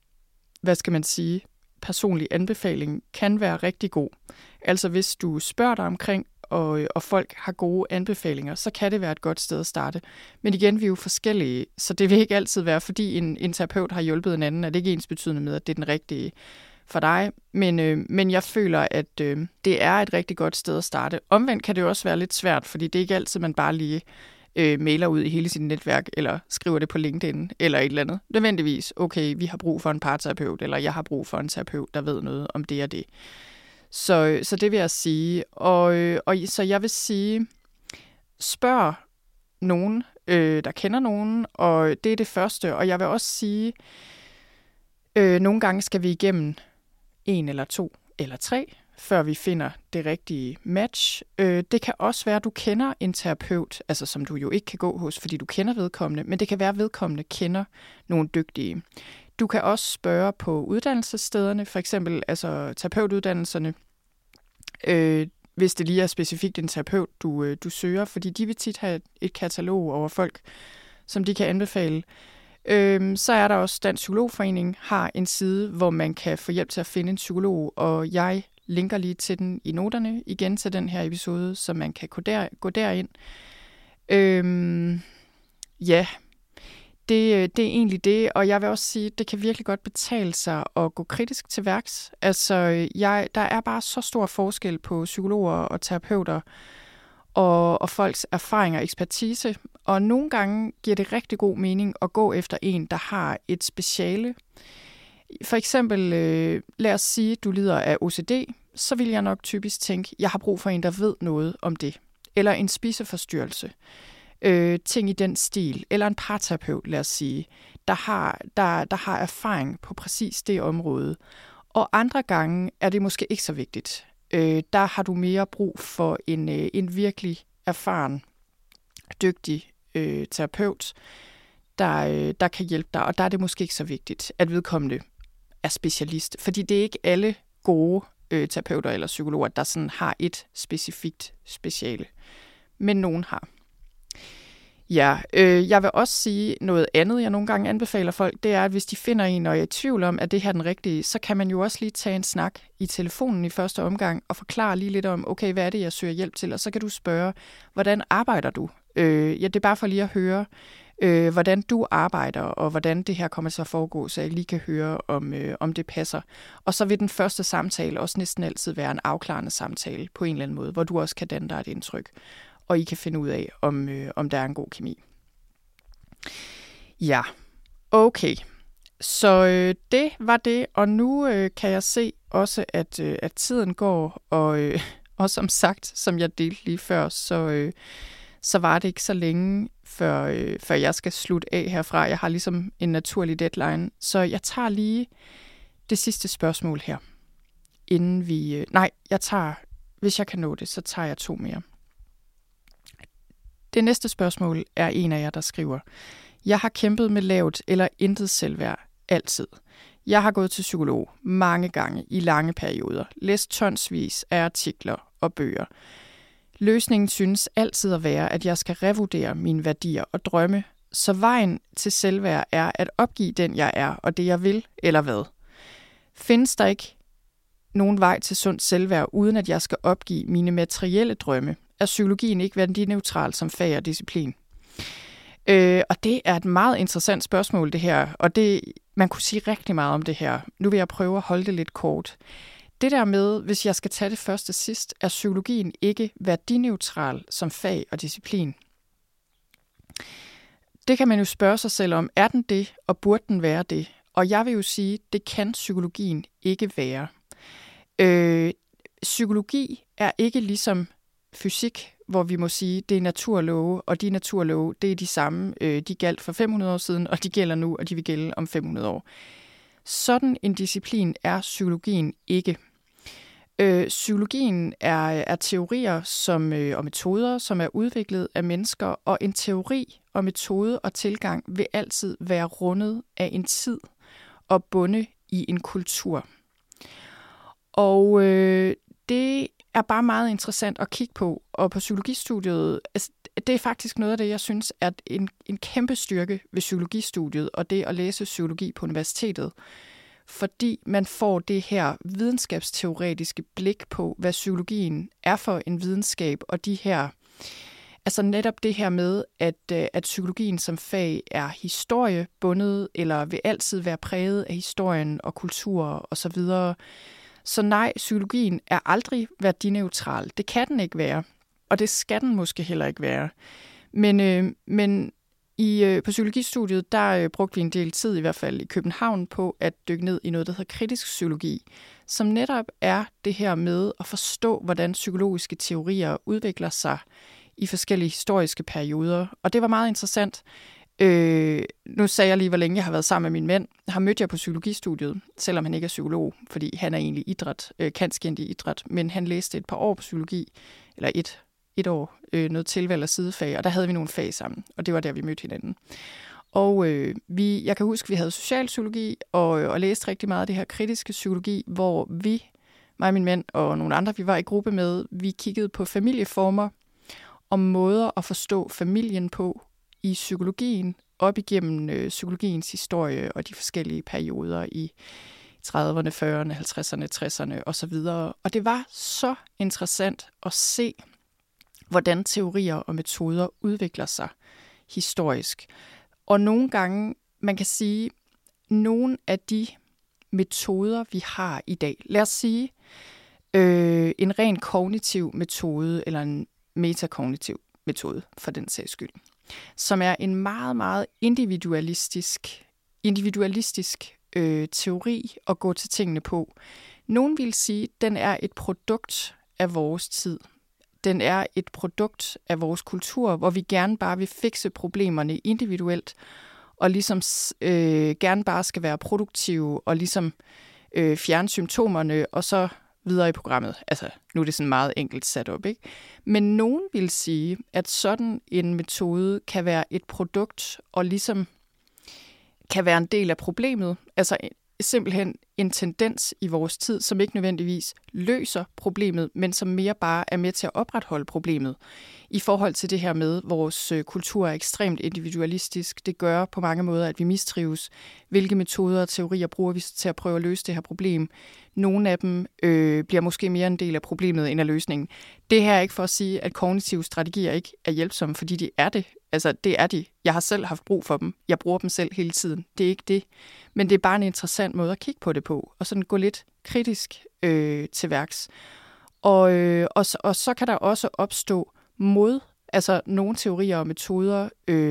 S1: personlig anbefaling kan være rigtig god. Altså hvis du spørger dig omkring, og folk har gode anbefalinger, så kan det være et godt sted at starte. Men igen, vi er jo forskellige, så det vil ikke altid være, fordi en terapeut har hjulpet en anden, at det ikke er ensbetydende med, at det er den rigtige for dig. Men jeg føler, at det er et rigtig godt sted at starte. Omvendt kan det jo også være lidt svært, fordi det er ikke altid, man bare lige mailer ud i hele sit netværk, eller skriver det på LinkedIn, eller et eller andet. Nødvendigvis, okay, vi har brug for en parterapeut, eller jeg har brug for en terapeut, der ved noget om det og det. Så det vil jeg sige. Og så jeg vil sige, spørg nogen, der kender nogen, og det er det første. Og jeg vil også sige, nogle gange skal vi igennem 1 eller 2 eller 3, før vi finder det rigtige match. Det kan også være, at du kender en terapeut, altså som du jo ikke kan gå hos, fordi du kender vedkommende, men det kan være, at vedkommende kender nogle dygtige. Du kan også spørge på uddannelsesstederne, for eksempel altså terapeutuddannelserne, hvis det lige er specifikt en terapeut, du søger, fordi de vil tit have et katalog over folk, som de kan anbefale. Så er der også Dansk Psykologforening har en side, hvor man kan få hjælp til at finde en psykolog, og jeg linker lige til den i noterne igen til den her episode, så man kan gå derind. Ja, det er egentlig det, og jeg vil også sige, at det kan virkelig godt betale sig at gå kritisk til værks. Altså, der er bare så stor forskel på psykologer og terapeuter og folks erfaring og ekspertise, og nogle gange giver det rigtig god mening at gå efter en, der har et speciale. For eksempel, lad os sige, at du lider af OCD, så vil jeg nok typisk tænke, jeg har brug for en, der ved noget om det. Eller en spiseforstyrrelse. Ting i den stil. Eller en parterapeut, lad os sige, der har erfaring på præcis det område. Og andre gange er det måske ikke så vigtigt. Der har du mere brug for en virkelig erfaren, dygtig terapeut, der kan hjælpe dig. Og der er det måske ikke så vigtigt, at vedkommende er specialist. Fordi det er ikke alle gode terapeuter eller psykologer, der sådan har et specifikt speciale. Men nogen har. Ja, jeg vil også sige noget andet, jeg nogle gange anbefaler folk, det er, at hvis de finder en, og er i tvivl om, at det her er den rigtige, så kan man jo også lige tage en snak i telefonen i første omgang, og forklare lige lidt om, okay, hvad er det, jeg søger hjælp til, og så kan du spørge, hvordan arbejder du? Det er bare for lige at høre, hvordan du arbejder, og hvordan det her kommer til at foregå, så jeg lige kan høre, om det passer. Og så vil den første samtale også næsten altid være en afklarende samtale på en eller anden måde, hvor du også kan danne dig et indtryk, og I kan finde ud af, om der er en god kemi. Ja, okay. Så det var det, og nu kan jeg se også, at tiden går, og som sagt, som jeg delte lige før, så var det ikke så længe, før jeg skal slutte af herfra. Jeg har ligesom en naturlig deadline, så jeg tager lige det sidste spørgsmål her, inden vi... hvis jeg kan nå det, så tager jeg 2 mere. Det næste spørgsmål er en af jer, der skriver: Jeg har kæmpet med lavt eller intet selvværd altid. Jeg har gået til psykolog mange gange i lange perioder, læst tonsvis af artikler og bøger. Løsningen synes altid at være, at jeg skal revurdere mine værdier og drømme, så vejen til selvværd er at opgive den, jeg er, og det, jeg vil, eller hvad? Findes der ikke nogen vej til sundt selvværd, uden at jeg skal opgive mine materielle drømme? Er psykologien ikke værdineutral som fag og disciplin? Og det er et meget interessant spørgsmål, det her, og man kunne sige rigtig meget om det her. Nu vil jeg prøve at holde det lidt kort. Det der med, hvis jeg skal tage det første sidst, er psykologien ikke værdineutral som fag og disciplin? Det kan man jo spørge sig selv om, er den det, og burde den være det? Og jeg vil jo sige, det kan psykologien ikke være. Psykologi er ikke ligesom fysik, hvor vi må sige, det er naturlove, og de naturlove, det er de samme. De galt for 500 år siden, og de gælder nu, og de vil gælde om 500 år. Sådan en disciplin er psykologien ikke. Psykologien er teorier og metoder, som er udviklet af mennesker, og en teori og metode og tilgang vil altid være rundet af en tid og bundet i en kultur. Og det er bare meget interessant at kigge på, og på psykologistudiet, altså, det er faktisk noget af det, jeg synes er en kæmpe styrke ved psykologistudiet, og det at læse psykologi på universitetet, fordi man får det her videnskabsteoretiske blik på, hvad psykologien er for en videnskab, og de her, altså netop det her med, at psykologien som fag er historiebundet, eller vil altid være præget af historien og kultur og så videre. Så nej, psykologien er aldrig værdineutral. Det kan den ikke være, og det skal den måske heller ikke være. Men på psykologistudiet, der brugte vi en del tid, i hvert fald i København, på at dykke ned i noget, der hedder kritisk psykologi, som netop er det her med at forstå, hvordan psykologiske teorier udvikler sig i forskellige historiske perioder. Og det var meget interessant. Nu sagde jeg lige, hvor længe jeg har været sammen med min mand. Jeg har mødt jer på psykologistudiet, selvom han ikke er psykolog, fordi han er egentlig kanskjent i idræt, men han læste et par år på psykologi, eller et år, noget tilvalg og sidefag, og der havde vi nogle fag sammen, og det var der, vi mødte hinanden. Og jeg kan huske, vi havde socialpsykologi, og læste rigtig meget af det her kritiske psykologi, hvor mig og min mand og nogle andre, vi var i gruppe med, vi kiggede på familieformer og måder at forstå familien på i psykologien, op igennem psykologiens historie og de forskellige perioder i 30'erne, 40'erne, 50'erne, 60'erne osv. Og det var så interessant at se, hvordan teorier og metoder udvikler sig historisk. Og nogle gange, man kan sige, nogle af de metoder, vi har i dag, lad os sige en ren kognitiv metode, eller en metakognitiv metode, for den sags skyld, som er en meget, meget individualistisk teori at gå til tingene på. Nogen vil sige, at den er et produkt af vores tid. Den er et produkt af vores kultur, hvor vi gerne bare vil fikse problemerne individuelt, og ligesom gerne bare skal være produktive, og ligesom fjerne symptomerne, og så videre i programmet. Altså, nu er det sådan meget enkelt sat op, ikke? Men nogen vil sige, at sådan en metode kan være et produkt, og ligesom kan være en del af problemet. Altså simpelthen en tendens i vores tid, som ikke nødvendigvis løser problemet, men som mere bare er med til at opretholde problemet i forhold til det her med, at vores kultur er ekstremt individualistisk. Det gør på mange måder, at vi mistrives. Hvilke metoder og teorier bruger vi til at prøve at løse det her problem? Nogle af dem bliver måske mere en del af problemet end af løsningen. Det her er ikke for at sige, at kognitive strategier ikke er hjælpsomme, fordi de er det. Altså, det er de. Jeg har selv haft brug for dem. Jeg bruger dem selv hele tiden. Det er ikke det. Men det er bare en interessant måde at kigge på det på, og sådan gå lidt kritisk til værks. Og så kan der også opstå altså nogle teorier og metoder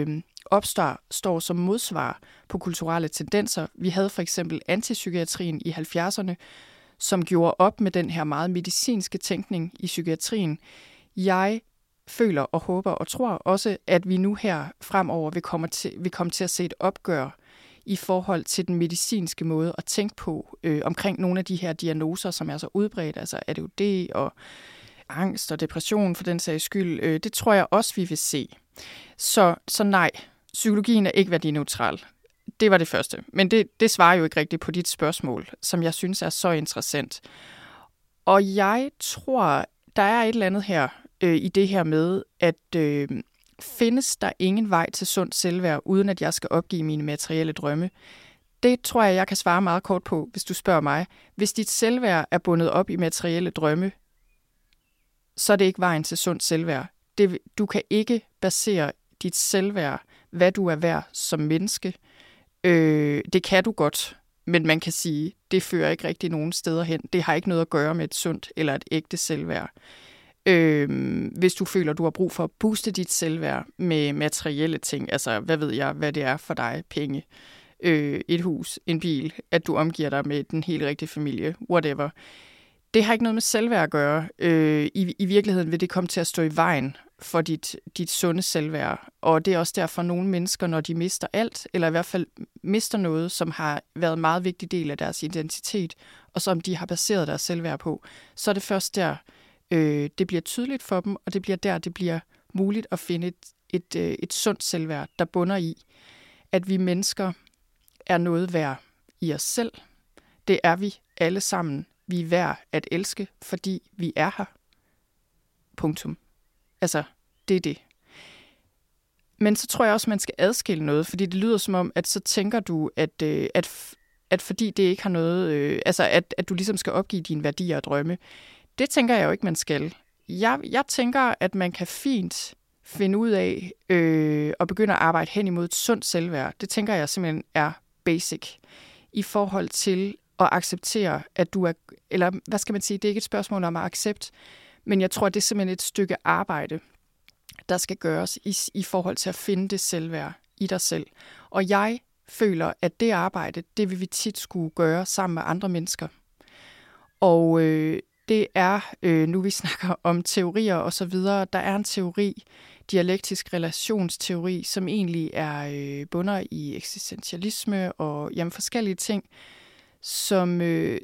S1: står som modsvar på kulturelle tendenser. Vi havde for eksempel antipsykiatrien i 70'erne, som gjorde op med den her meget medicinske tænkning i psykiatrien. Jeg føler og håber og tror også, at vi nu her fremover vil komme til at se et opgør i forhold til den medicinske måde at tænke på omkring nogle af de her diagnoser, som er så udbredt, altså ADHD og angst og depression for den sags skyld. Det tror jeg også, vi vil se. Så nej, psykologien er ikke værdineutral. Det var det første. Men det svarer jo ikke rigtigt på dit spørgsmål, som jeg synes er så interessant. Og jeg tror, der er et eller andet her i det her med, at findes der ingen vej til sundt selvværd, uden at jeg skal opgive mine materielle drømme? Det tror jeg kan svare meget kort på, hvis du spørger mig. Hvis dit selvværd er bundet op i materielle drømme, så er det ikke vejen til sundt selvværd. Du kan ikke basere dit selvværd, hvad du er værd som menneske. Det kan du godt, men man kan sige, det fører ikke rigtig nogen steder hen. Det har ikke noget at gøre med et sundt eller et ægte selvværd. Hvis du føler, du har brug for at booste dit selvværd med materielle ting, altså hvad ved jeg, hvad det er for dig, penge, et hus, en bil, at du omgiver dig med den helt rigtige familie, whatever. Det har ikke noget med selvværd at gøre. I virkeligheden vil det komme til at stå i vejen for dit sunde selvværd. Og det er også derfor, nogle mennesker, når de mister alt, eller i hvert fald mister noget, som har været en meget vigtig del af deres identitet, og som de har baseret deres selvværd på, så er det først der, det bliver tydeligt for dem, og det bliver der, det bliver muligt at finde et sundt selvværd, der bunder i, at vi mennesker er noget værd i os selv. Det er vi alle sammen. Vi er værd at elske, fordi vi er her. Punktum. Altså, det er det. Men så tror jeg også, man skal adskille noget, fordi det lyder som om, at så tænker du, at fordi det ikke har noget, at du ligesom skal opgive dine værdier og drømme. Det tænker jeg jo ikke, man skal. Jeg tænker, at man kan fint finde ud af og begynde at arbejde hen imod et sundt selvværd. Det tænker jeg simpelthen er basic i forhold til at acceptere, at du er, eller hvad skal man sige, det er ikke et spørgsmål om at accepte, men jeg tror, det er simpelthen et stykke arbejde, der skal gøres i forhold til at finde det selvværd i dig selv. Og jeg føler, at det arbejde, det vil vi tit skulle gøre sammen med andre mennesker. Og det er, nu vi snakker om teorier og så videre, der er en teori, dialektisk relationsteori, som egentlig er bunder i eksistentialisme og forskellige ting, som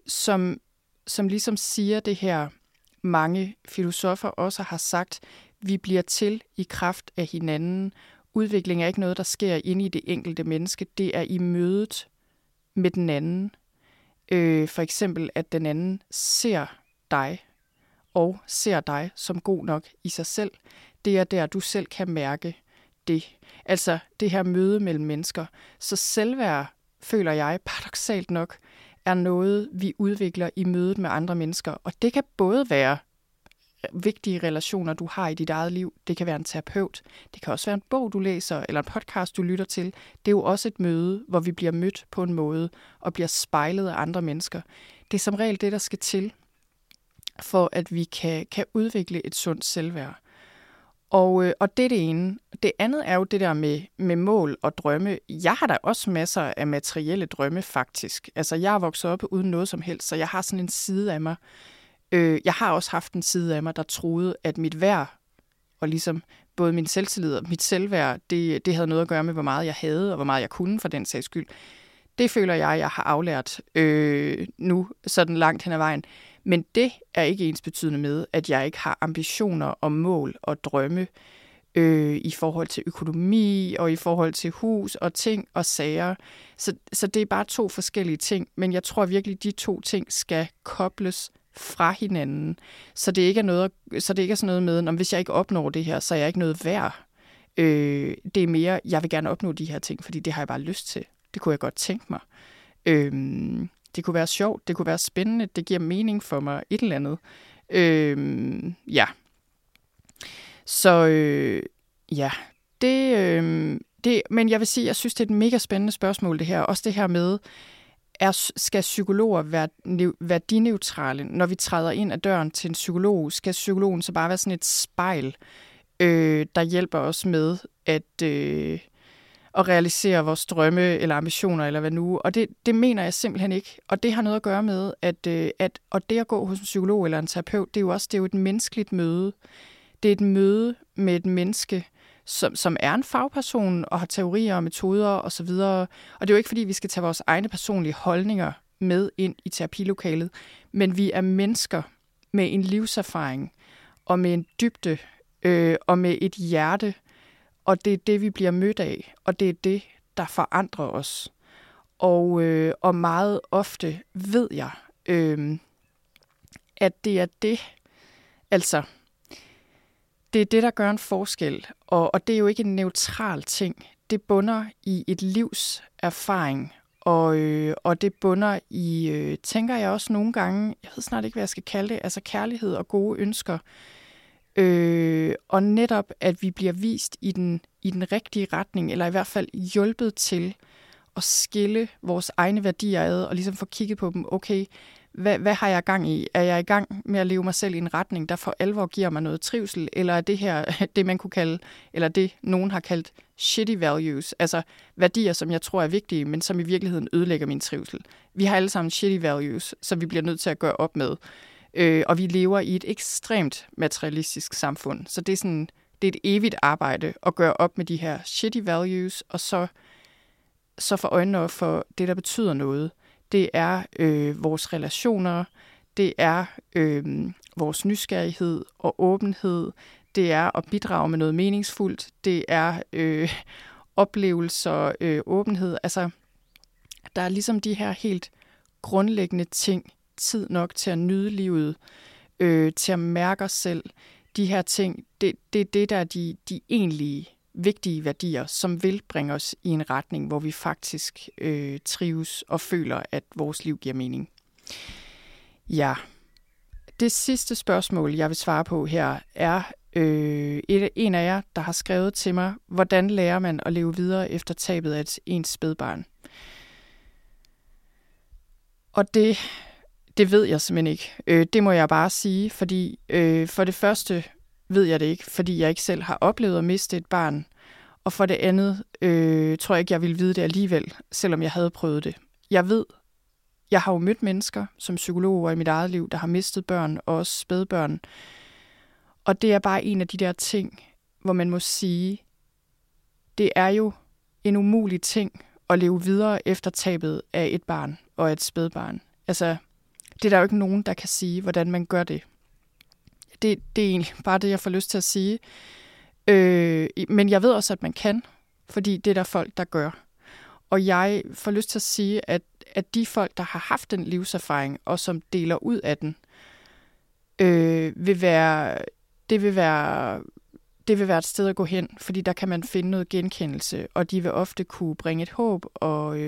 S1: ligesom siger det her, mange filosofer også har sagt, vi bliver til i kraft af hinanden. Udvikling er ikke noget, der sker inde i det enkelte menneske. Det er i mødet med den anden. For eksempel, at den anden ser dig, og ser dig som god nok i sig selv. Det er der, du selv kan mærke det. Altså det her møde mellem mennesker. Så selvværd, føler jeg, paradoksalt nok, er noget, vi udvikler i mødet med andre mennesker. Og det kan både være vigtige relationer, du har i dit eget liv. Det kan være en terapeut. Det kan også være en bog, du læser, eller en podcast, du lytter til. Det er jo også et møde, hvor vi bliver mødt på en måde, og bliver spejlet af andre mennesker. Det er som regel det, der skal til, for at vi kan udvikle et sundt selvværd. Og det er det ene. Det andet er jo det der med mål og drømme. Jeg har da også masser af materielle drømme, faktisk. Altså, jeg er vokset op uden noget som helst, så jeg har sådan en side af mig. Jeg har også haft en side af mig, der troede, at mit værd, og ligesom både min selvtillid og mit selvværd, det havde noget at gøre med, hvor meget jeg havde, og hvor meget jeg kunne for den sags skyld. Det føler jeg har aflært nu sådan langt hen ad vejen. Men det er ikke ensbetydende med, at jeg ikke har ambitioner og mål og drømme i forhold til økonomi og i forhold til hus og ting og sager. Så det er bare to forskellige ting, men jeg tror virkelig, de to ting skal kobles fra hinanden. Så det ikke er sådan noget med, om hvis jeg ikke opnår det her, så er jeg ikke noget værd. Det er mere, jeg vil gerne opnå de her ting, fordi det har jeg bare lyst til. Det kunne jeg godt tænke mig. Det kunne være sjovt, det kunne være spændende, det giver mening for mig, et eller andet. Ja. Så ja, men jeg vil sige, jeg synes, det er et mega spændende spørgsmål, det her. Også det her med, skal psykologer være værdineutrale? Når vi træder ind ad døren til en psykolog, skal psykologen så bare være sådan et spejl, der hjælper os med at realisere vores drømme eller ambitioner, eller hvad nu. Og det mener jeg simpelthen ikke. Og det har noget at gøre med, at det at gå hos en psykolog eller en terapeut, det er jo et menneskeligt møde. Det er et møde med et menneske, som er en fagperson og har teorier og metoder osv. Og det er jo ikke, fordi vi skal tage vores egne personlige holdninger med ind i terapilokalet, men vi er mennesker med en livserfaring og med en dybde og med et hjerte, og det er det, vi bliver mødt af, og det er det, der forandrer os. Og meget ofte ved jeg, at det er det, altså, det er det, der gør en forskel, og det er jo ikke en neutral ting. Det bunder i et livs erfaring, og det bunder i, tænker jeg også nogle gange, jeg ved snart ikke, hvad jeg skal kalde det, altså kærlighed og gode ønsker, og netop, at vi bliver vist i den rigtige retning, eller i hvert fald hjulpet til at skille vores egne værdier ad, og ligesom få kigget på dem, okay, hvad har jeg gang i? Er jeg i gang med at leve mig selv i en retning, der for alvor giver mig noget trivsel, eller er det her det, man kunne kalde, eller det nogen har kaldt shitty values, altså værdier, som jeg tror er vigtige, men som i virkeligheden ødelægger min trivsel. Vi har alle sammen shitty values, så vi bliver nødt til at gøre op med. Og vi lever i et ekstremt materialistisk samfund, så det er et evigt arbejde at gøre op med de her shitty values, og så få øjnene op for det, der betyder noget. Det er vores relationer, det er vores nysgerrighed og åbenhed, det er at bidrage med noget meningsfuldt, det er oplevelser, åbenhed. Altså, der er ligesom de her helt grundlæggende ting, tid nok til at nyde livet, til at mærke os selv. De her ting, det er det, der er de egentlige vigtige værdier, som vil bringe os i en retning, hvor vi faktisk trives og føler, at vores liv giver mening. Ja, det sidste spørgsmål, jeg vil svare på her, er en af jer, der har skrevet til mig, hvordan lærer man at leve videre efter tabet af ens spædbarn? Og det ved jeg simpelthen ikke. Det må jeg bare sige, fordi for det første ved jeg det ikke, fordi jeg ikke selv har oplevet at miste et barn. Og for det andet tror jeg ikke, jeg ville vide det alligevel, selvom jeg havde prøvet det. Jeg har jo mødt mennesker som psykologer i mit eget liv, der har mistet børn, og også spædbørn. Og det er bare en af de der ting, hvor man må sige, det er jo en umulig ting at leve videre efter tabet af et barn og et spædbarn. Altså, det er der jo ikke nogen, der kan sige, hvordan man gør det. Det er egentlig bare det, jeg får lyst til at sige. Men jeg ved også, at man kan, fordi det er der folk, der gør. Og jeg får lyst til at sige, at de folk, der har haft den livserfaring, og som deler ud af den, vil være et sted at gå hen, fordi der kan man finde noget genkendelse, og de vil ofte kunne bringe et håb og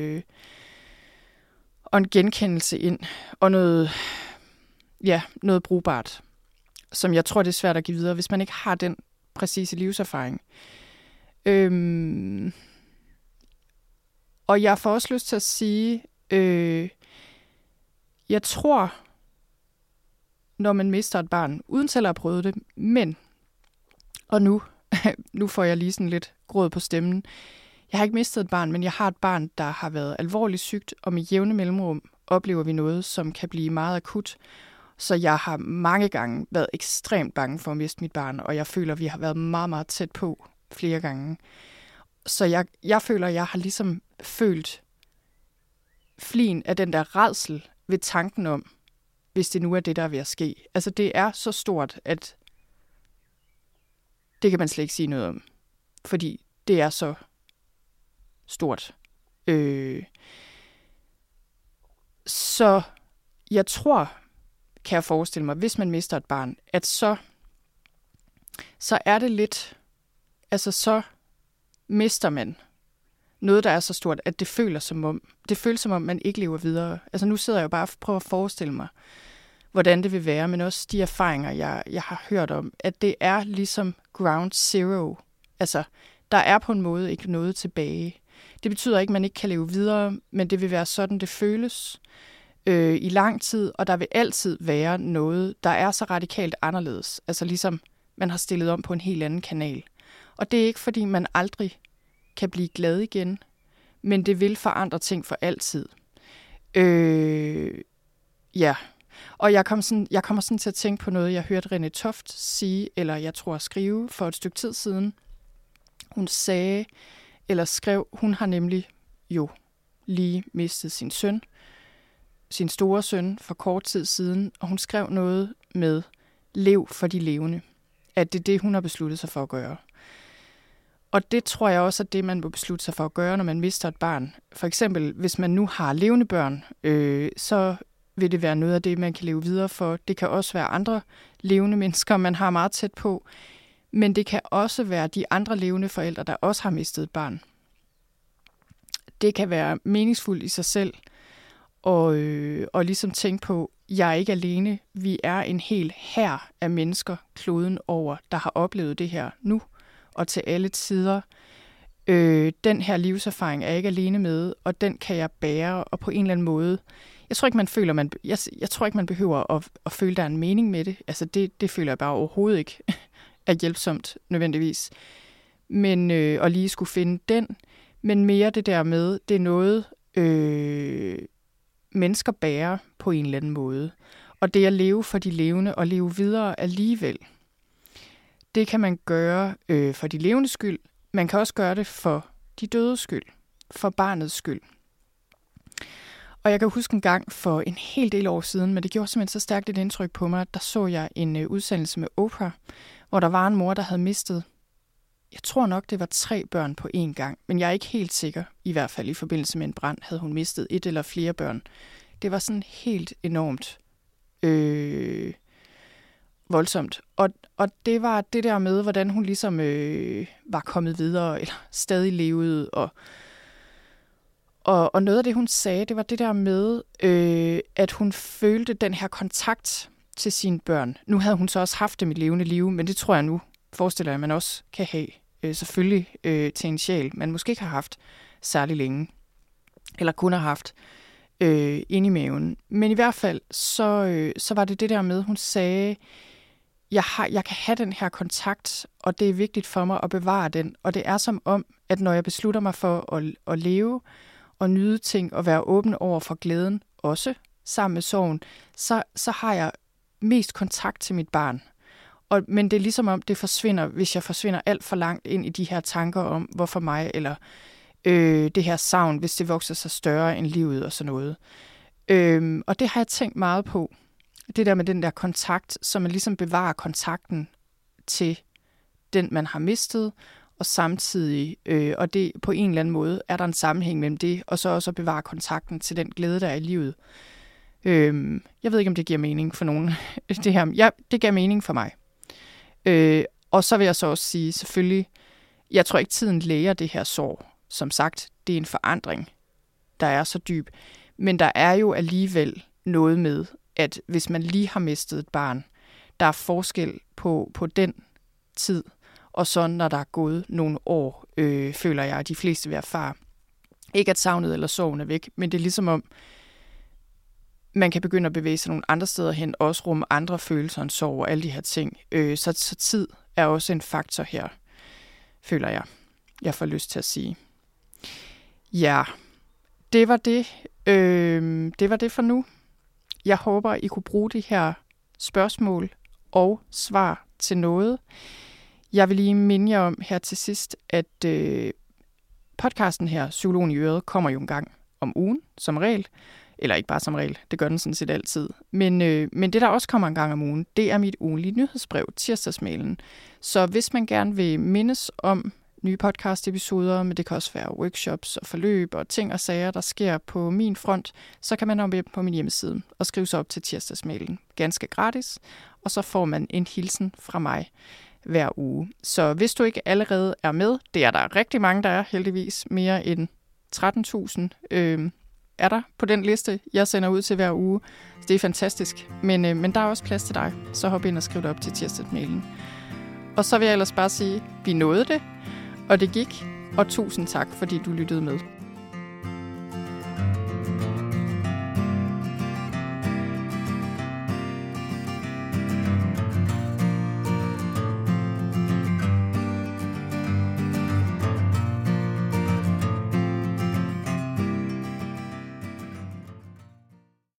S1: en genkendelse ind, og noget brugbart, som jeg tror, det er svært at give videre, hvis man ikke har den præcise livserfaring. Og jeg får også lyst til at sige, jeg tror, når man mister et barn, uden selv at have prøvet det, men, og nu får jeg lige sådan lidt gråd på stemmen, jeg har ikke mistet et barn, men jeg har et barn, der har været alvorligt sygt, og med jævne mellemrum oplever vi noget, som kan blive meget akut. Så jeg har mange gange været ekstremt bange for at miste mit barn, og jeg føler, at vi har været meget, meget tæt på flere gange. Så jeg føler, at jeg har ligesom følt flin af den der rædsel ved tanken om, hvis det nu er det, der er ved at ske. Altså det er så stort, at det kan man slet ikke sige noget om, fordi det er så stort. Så jeg tror, kan jeg forestille mig, hvis man mister et barn, at så er det lidt, altså så mister man noget, der er så stort, at det føles som om, man ikke lever videre. Altså nu sidder jeg jo bare og prøver at forestille mig, hvordan det vil være, men også de erfaringer, jeg har hørt om, at det er ligesom ground zero. Altså, der er på en måde ikke noget tilbage. Det betyder ikke, at man ikke kan leve videre, men det vil være sådan, det føles i lang tid, og der vil altid være noget, der er så radikalt anderledes. Altså ligesom man har stillet om på en helt anden kanal. Og det er ikke, fordi man aldrig kan blive glad igen, men det vil forandre ting for altid. Ja. Og jeg kommer sådan til at tænke på noget, jeg hørte René Toft sige, eller jeg tror skrive for et stykke tid siden. Hun sagde, eller skrev, hun har nemlig jo lige mistet sin store søn, for kort tid siden, og hun skrev noget med lev for de levende. At det er det, hun har besluttet sig for at gøre. Og det tror jeg også er det, man må beslutte sig for at gøre, når man mister et barn. For eksempel, hvis man nu har levende børn, så vil det være noget af det, man kan leve videre for. Det kan også være andre levende mennesker, man har meget tæt på. Men det kan også være de andre levende forældre, der også har mistet et barn. Det kan være meningsfuldt i sig selv, og ligesom tænke på, jeg er ikke alene. Vi er en hel hær af mennesker kloden over, der har oplevet det her nu, og til alle tider. Den her livserfaring er jeg ikke alene med, og den kan jeg bære, og på en eller anden måde. Jeg tror ikke, man behøver at føle, der er en mening med det. Altså det føler jeg bare overhovedet ikke er hjælpsomt nødvendigvis. Men at lige skulle finde den, men mere det der med, det er noget, mennesker bærer på en eller anden måde. Og det at leve for de levende og leve videre alligevel, det kan man gøre for de levende skyld. Man kan også gøre det for de dødes skyld, for barnets skyld. Og jeg kan huske en gang for en hel del år siden, men det gjorde simpelthen så stærkt et indtryk på mig, der så jeg en udsendelse med Oprah, hvor der var en mor, der havde mistet, jeg tror nok, det var 3 børn på én gang, men jeg er ikke helt sikker, i hvert fald i forbindelse med en brand, havde hun mistet 1 eller flere børn. Det var sådan helt enormt voldsomt. Og det var det der med, hvordan hun ligesom var kommet videre, eller stadig levede, og noget af det, hun sagde, det var det der med, at hun følte den her kontakt til sine børn. Nu havde hun så også haft dem i levende liv, men det tror jeg nu, forestiller jeg, man også kan have, selvfølgelig til en sjæl, man måske ikke har haft særlig længe, eller kun har haft inde i maven. Men i hvert fald, så var det det der med, hun sagde, jeg kan have den her kontakt, og det er vigtigt for mig at bevare den. Og det er som om, at når jeg beslutter mig for at leve og nyde ting og være åben over for glæden, også sammen med sorgen, så har jeg mest kontakt til mit barn. Men det er ligesom om, det forsvinder, hvis jeg forsvinder alt for langt ind i de her tanker om, hvorfor mig, eller det her savn, hvis det vokser sig større end livet og sådan noget. Og det har jeg tænkt meget på. Det der med den der kontakt, så man ligesom bevarer kontakten til den, man har mistet, og samtidig, og det på en eller anden måde, er der en sammenhæng mellem det, og så også at bevare kontakten til den glæde, der er i livet. Jeg ved ikke, om det giver mening for nogen. Det giver mening for mig. Og så vil jeg så også sige, selvfølgelig, jeg tror ikke, tiden læger det her sorg. Som sagt, det er en forandring, der er så dyb. Men der er jo alligevel noget med, at hvis man lige har mistet et barn, der er forskel på den tid, og så når der er gået nogle år, føler jeg, at de fleste vil erfare. Ikke at savnet eller sorgen er væk, men det er ligesom om, man kan begynde at bevæge sig nogle andre steder hen, også rumme andre følelser end sorg og alle de her ting. Så tid er også en faktor her, føler jeg får lyst til at sige. Ja, det var det. Det var det for nu. Jeg håber, I kunne bruge de her spørgsmål og svar til noget. Jeg vil lige minde jer om her til sidst, at podcasten her, Psykologen i Øret, kommer jo en gang om ugen, som regel. Eller ikke bare som regel, det gør den sådan set altid. Men det, der også kommer en gang om ugen, det er mit ugenlige nyhedsbrev, tirsdagsmailen. Så hvis man gerne vil mindes om nye podcast-episoder, men det kan også være workshops og forløb og ting og sager, der sker på min front, så kan man hoppe ind på min hjemmeside og skrive sig op til tirsdagsmailen. Ganske gratis, og så får man en hilsen fra mig hver uge. Så hvis du ikke allerede er med, det er der rigtig mange, der er heldigvis, mere end 13.000 er der på den liste, jeg sender ud til hver uge. Så det er fantastisk, men der er også plads til dig, så hop ind og skriv dig op til tirsdagsmailen. Og så vil jeg ellers bare sige, vi nåede det, og det gik, og tusind tak, fordi du lyttede med.